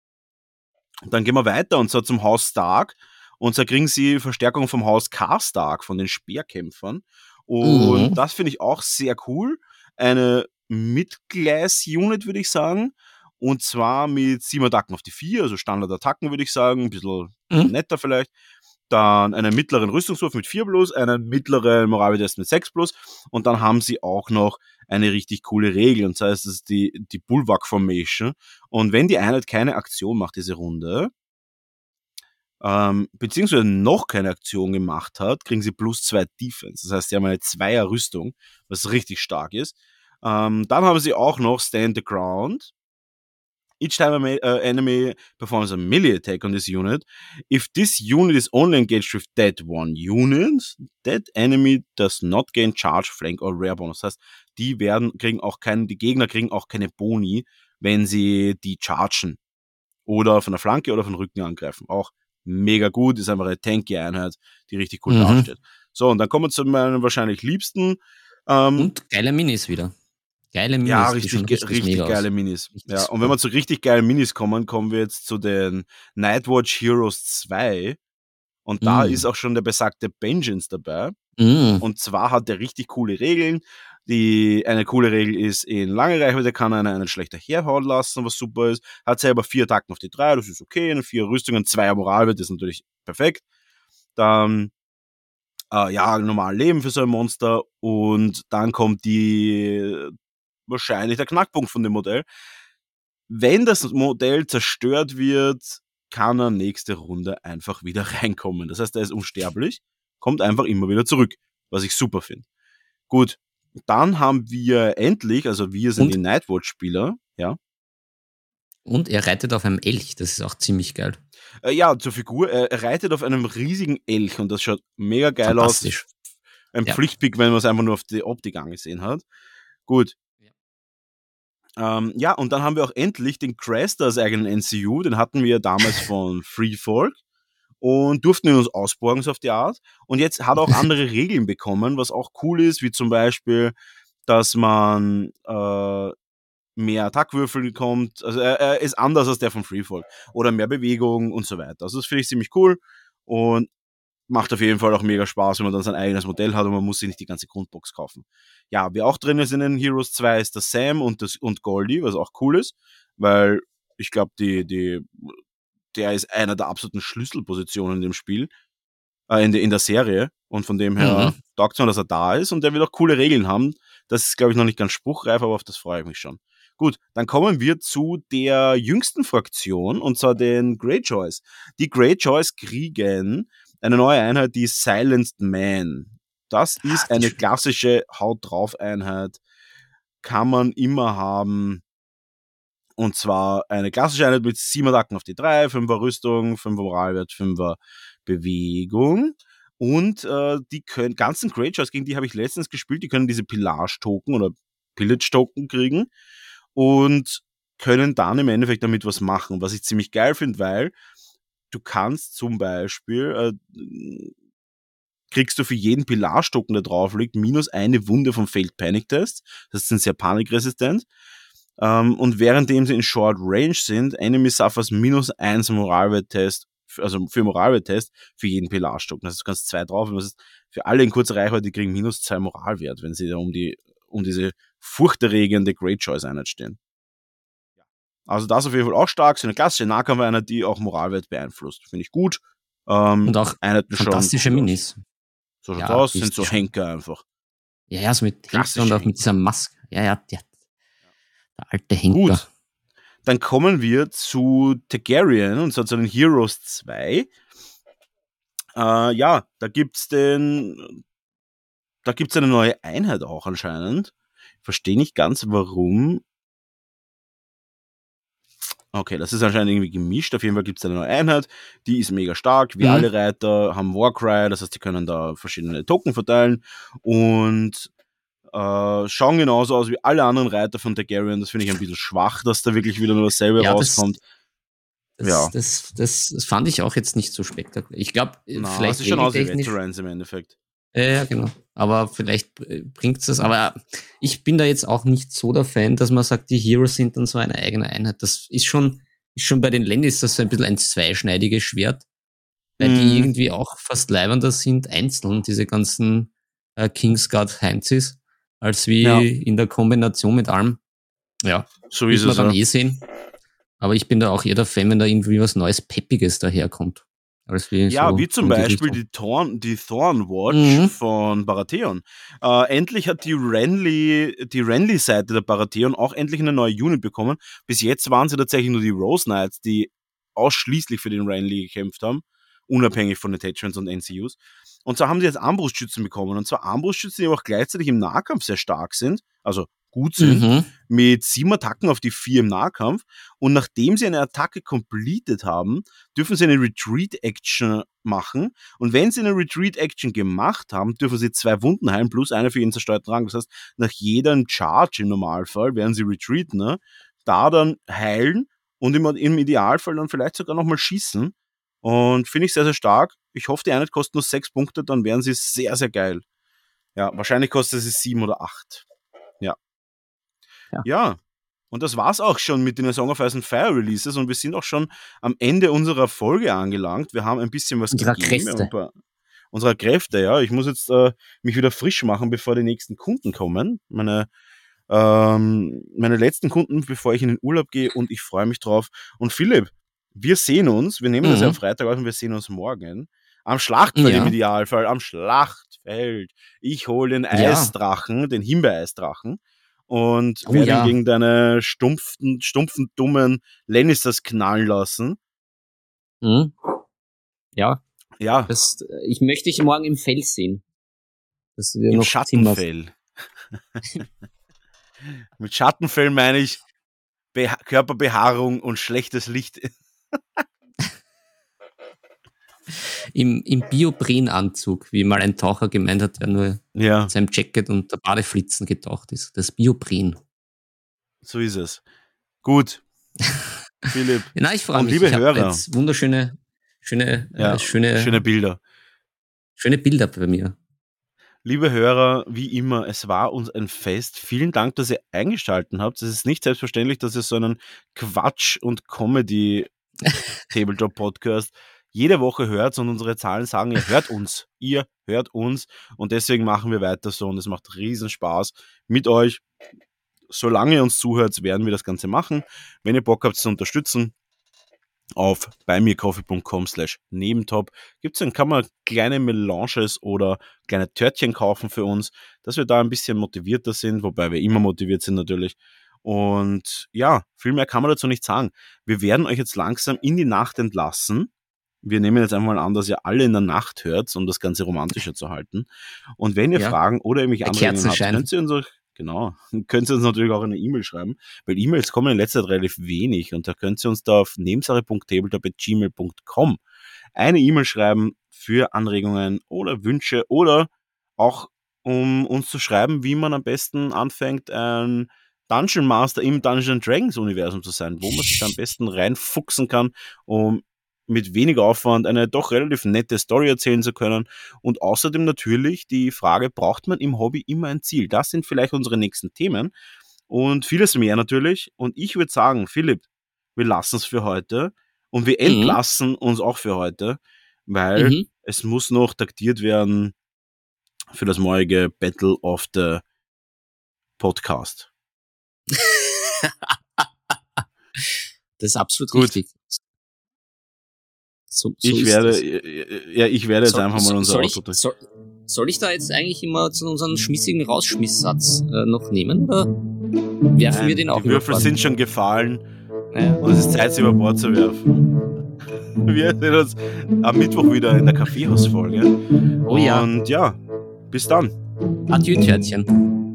Dann gehen wir weiter und zwar zum Haus Stark. Und zwar kriegen sie Verstärkung vom Haus Karstark, von den Speerkämpfern. Und das finde ich auch sehr cool. Eine Mid-Class-Unit, würde ich sagen. Und zwar mit 7 Attacken auf die 4, also Standard-Attacken, würde ich sagen. Ein bisschen netter vielleicht. Dann einen mittleren Rüstungswurf mit 4+, einen mittleren Moraltest mit 6+. Und dann haben sie auch noch eine richtig coole Regel. Und zwar ist das die Bulwark Formation. Und wenn die Einheit keine Aktion macht, diese Runde, beziehungsweise noch keine Aktion gemacht hat, kriegen sie +2 Defense. Das heißt, sie haben eine 2er Rüstung, was richtig stark ist. Dann haben sie auch noch Stand the Ground. Each time enemy performs a melee attack on this unit, if this unit is only engaged with that one unit, that enemy does not gain charge, flank or rare bonus. Das heißt, die Gegner kriegen auch keine Boni, wenn sie die chargen. Oder von der Flanke oder von Rücken angreifen. Auch mega gut, ist einfach eine tanky Einheit, die richtig cool dasteht. So, und dann kommen wir zu meinem wahrscheinlich liebsten. Und geile Minis wieder. Geile Minis. Ja, die schauen richtig mega geile aus. Minis. Richtig Ja, und super. wenn wir zu richtig geilen Minis kommen wir jetzt zu den Nightwatch Heroes 2. Und da ist auch schon der besagte Vengeance dabei. Und zwar hat der richtig coole Regeln. Eine coole Regel ist, in lange Reichweite kann einer einen schlechter herhauen lassen, was super ist. Hat selber 4 Attacken auf die 3, das ist okay. Und 4 Rüstungen, 2 Moralwert, das ist natürlich perfekt. Dann normal Leben für so ein Monster. Und dann kommt wahrscheinlich der Knackpunkt von dem Modell. Wenn das Modell zerstört wird, kann er nächste Runde einfach wieder reinkommen. Das heißt, er ist unsterblich, kommt einfach immer wieder zurück, was ich super finde. Gut, dann haben wir endlich, also wir sind die Nightwatch-Spieler, ja. Und er reitet auf einem Elch, das ist auch ziemlich geil. Ja, zur Figur, er reitet auf einem riesigen Elch und das schaut mega geil aus. Ein Pflichtpick, wenn man es einfach nur auf die Optik angesehen hat. Gut. Und dann haben wir auch endlich den Crest als eigenen NCU, den hatten wir damals von Freefolk und durften ihn uns ausborgen, so auf die Art. Und jetzt hat er auch andere Regeln bekommen, was auch cool ist, wie zum Beispiel, dass man mehr Attackwürfel bekommt. Also er ist anders als der von Freefolk. Oder mehr Bewegung und so weiter. Also das finde ich ziemlich cool und macht auf jeden Fall auch mega Spaß, wenn man dann sein eigenes Modell hat und man muss sich nicht die ganze Grundbox kaufen. Ja, wer auch drin ist in den Heroes 2 ist der Sam und Goldie, was auch cool ist, weil ich glaube, der ist einer der absoluten Schlüsselpositionen in dem Spiel, in der Serie und von dem her taugt es mir, dass er da ist und der wird auch coole Regeln haben. Das ist, glaube ich, noch nicht ganz spruchreif, aber auf das freue ich mich schon. Gut, dann kommen wir zu der jüngsten Fraktion und zwar den Greyjoys. Die Greyjoys kriegen eine neue Einheit, die Silenced Man. Das ist eine klassische Haut-drauf-Einheit. Kann man immer haben. Und zwar eine klassische Einheit mit 7 Attacken auf die 3, 5er Rüstung, 5er Moralwert, 5er Bewegung. Und die ganzen Greyjoys, gegen die habe ich letztens gespielt, die können diese Pillage-Token oder Pillage-Token kriegen und können dann im Endeffekt damit was machen. Was ich ziemlich geil finde, weil du kannst zum Beispiel, kriegst du für jeden Pilarstocken, der drauf liegt, -1 Wunde vom Failed Panic Test. Das sind sehr panikresistent. Und währenddem sie in Short Range sind, Enemy suffers -1 Moralwert-Test, also für Moralwert-Test für jeden Pilarstocken. Also du kannst 2 drauf, das ist für alle in kurzer Reichweite, die kriegen -2 Moralwert, wenn sie da um diese furchterregende Greyjoys-Einheit stehen. Also das auf jeden Fall auch stark, so eine klassische Nahkampfeinheit, die auch Moralwert beeinflusst. Finde ich gut. Und auch Einheiten fantastische Minis. So schaut's aus, sind so Henker einfach. Ja, so mit Henker und auch mit dieser Maske. Ja, der alte Henker. Gut. Dann kommen wir zu Targaryen und zwar zu den Heroes 2. Da gibt's eine neue Einheit auch anscheinend. Verstehe nicht ganz, warum. Okay, das ist anscheinend irgendwie gemischt. Auf jeden Fall gibt es eine neue Einheit, die ist mega stark. Wie alle Reiter haben Warcry, das heißt, die können da verschiedene Token verteilen und schauen genauso aus wie alle anderen Reiter von Targaryen. Das finde ich ein bisschen schwach, dass da wirklich wieder nur dasselbe rauskommt. Das fand ich auch jetzt nicht so spektakulär. Ich glaube, vielleicht das ist schon aus wie Veterans im Endeffekt. Ja, genau. Aber vielleicht bringt es das. Aber ich bin da jetzt auch nicht so der Fan, dass man sagt, die Heroes sind dann so eine eigene Einheit. Das ist schon bei den Lannisters so ein bisschen ein zweischneidiges Schwert, weil die irgendwie auch fast leibender sind, einzeln, diese ganzen Kingsguard Heinzis, als wie in der Kombination mit allem. Ja, so ist es. Dann sehen. Aber ich bin da auch eher der Fan, wenn da irgendwie was Neues, Peppiges daherkommt. Wie zum Beispiel die Thornwatch von Baratheon. Endlich hat die Renly-Seite der Baratheon auch endlich eine neue Unit bekommen. Bis jetzt waren sie tatsächlich nur die Rose Knights, die ausschließlich für den Renly gekämpft haben, unabhängig von Attachments und NCUs. Und so haben sie jetzt Armbrustschützen bekommen. Und zwar Armbrustschützen, die auch gleichzeitig im Nahkampf sehr stark sind, also gut sind, mit 7 Attacken auf die 4 im Nahkampf. Und nachdem sie eine Attacke completed haben, dürfen sie eine Retreat-Action machen. Und wenn sie eine Retreat-Action gemacht haben, dürfen sie 2 Wunden heilen, plus eine für jeden zerstörten Rang. Das heißt, nach jedem Charge im Normalfall werden sie retreaten, ne? Da dann heilen und im Idealfall dann vielleicht sogar nochmal schießen. Und finde ich sehr, sehr stark. Ich hoffe, die Einheit kostet nur 6 Punkte, dann wären sie sehr, sehr geil. Ja, wahrscheinlich kostet sie 7 oder 8. Ja, und das war's auch schon mit den A Song of Ice and Fire Releases und wir sind auch schon am Ende unserer Folge angelangt. Wir haben ein bisschen was unserer Kräfte, ja. Ich muss jetzt mich wieder frisch machen, bevor die nächsten Kunden kommen. Meine letzten Kunden, bevor ich in den Urlaub gehe und ich freue mich drauf. Und Philipp, wir sehen uns, wir nehmen das ja am Freitag auf und wir sehen uns morgen am Schlachtfeld im Idealfall, am Schlachtfeld. Ich hole den Eisdrachen, den Himbeereisdrachen. Und werde gegen deine stumpfen, dummen Lannisters knallen lassen. Ja. Ich möchte dich morgen im Fell sehen. Im Schattenfell. Mit Schattenfell meine ich Körperbehaarung und schlechtes Licht. Im Biopren-Anzug, wie mal ein Taucher gemeint hat, der nur mit seinem Jacket und der Badeflitzen getaucht ist. Das Biopren. So ist es. Gut. Philipp. Na, ich freue mich. Liebe Hörer. Jetzt wunderschöne, schöne Bilder. Schöne Bilder bei mir. Liebe Hörer, wie immer, es war uns ein Fest. Vielen Dank, dass ihr eingeschaltet habt. Es ist nicht selbstverständlich, dass ihr so einen Quatsch- und Comedy-Tabletop-Podcast jede Woche hört und unsere Zahlen sagen, ihr hört uns und deswegen machen wir weiter so und es macht riesen Spaß mit euch. Solange ihr uns zuhört, werden wir das Ganze machen. Wenn ihr Bock habt zu unterstützen, auf buymeacoffee.com/nebentop kann man kleine Melanges oder kleine Törtchen kaufen für uns, dass wir da ein bisschen motivierter sind, wobei wir immer motiviert sind natürlich. Und ja, viel mehr kann man dazu nicht sagen. Wir werden euch jetzt langsam in die Nacht entlassen. Wir nehmen jetzt einmal an, dass ihr alle in der Nacht hört, um das Ganze romantischer zu halten. Und wenn ihr Fragen oder irgendwelche Anregungen habt, könnt ihr uns natürlich auch eine E-Mail schreiben, weil E-Mails kommen in letzter Zeit relativ wenig und da könnt ihr uns da auf nebensache.tabletop@gmail.com eine E-Mail schreiben für Anregungen oder Wünsche oder auch um uns zu schreiben, wie man am besten anfängt, ein Dungeon Master im Dungeons & Dragons Universum zu sein, wo man sich da am besten reinfuchsen kann, um mit weniger Aufwand eine doch relativ nette Story erzählen zu können. Und außerdem natürlich die Frage, braucht man im Hobby immer ein Ziel? Das sind vielleicht unsere nächsten Themen und vieles mehr natürlich. Und ich würde sagen, Philipp, wir lassen es für heute und wir entlassen uns auch für heute, weil es muss noch taktiert werden für das morgige Battle of the Podcast. Das ist absolut richtig. Ich werde jetzt einfach mal unser Auto durch. Soll ich da jetzt eigentlich immer zu unserem schmissigen Rausschmisssatz noch nehmen? Oder werfen wir den auch? Die Würfel sind schon gefallen und es ist Zeit, sie über Bord zu werfen. Wir sehen uns am Mittwoch wieder in der Kaffeehausfolge. Oh ja. Und ja, bis dann. Adieu, Törtchen.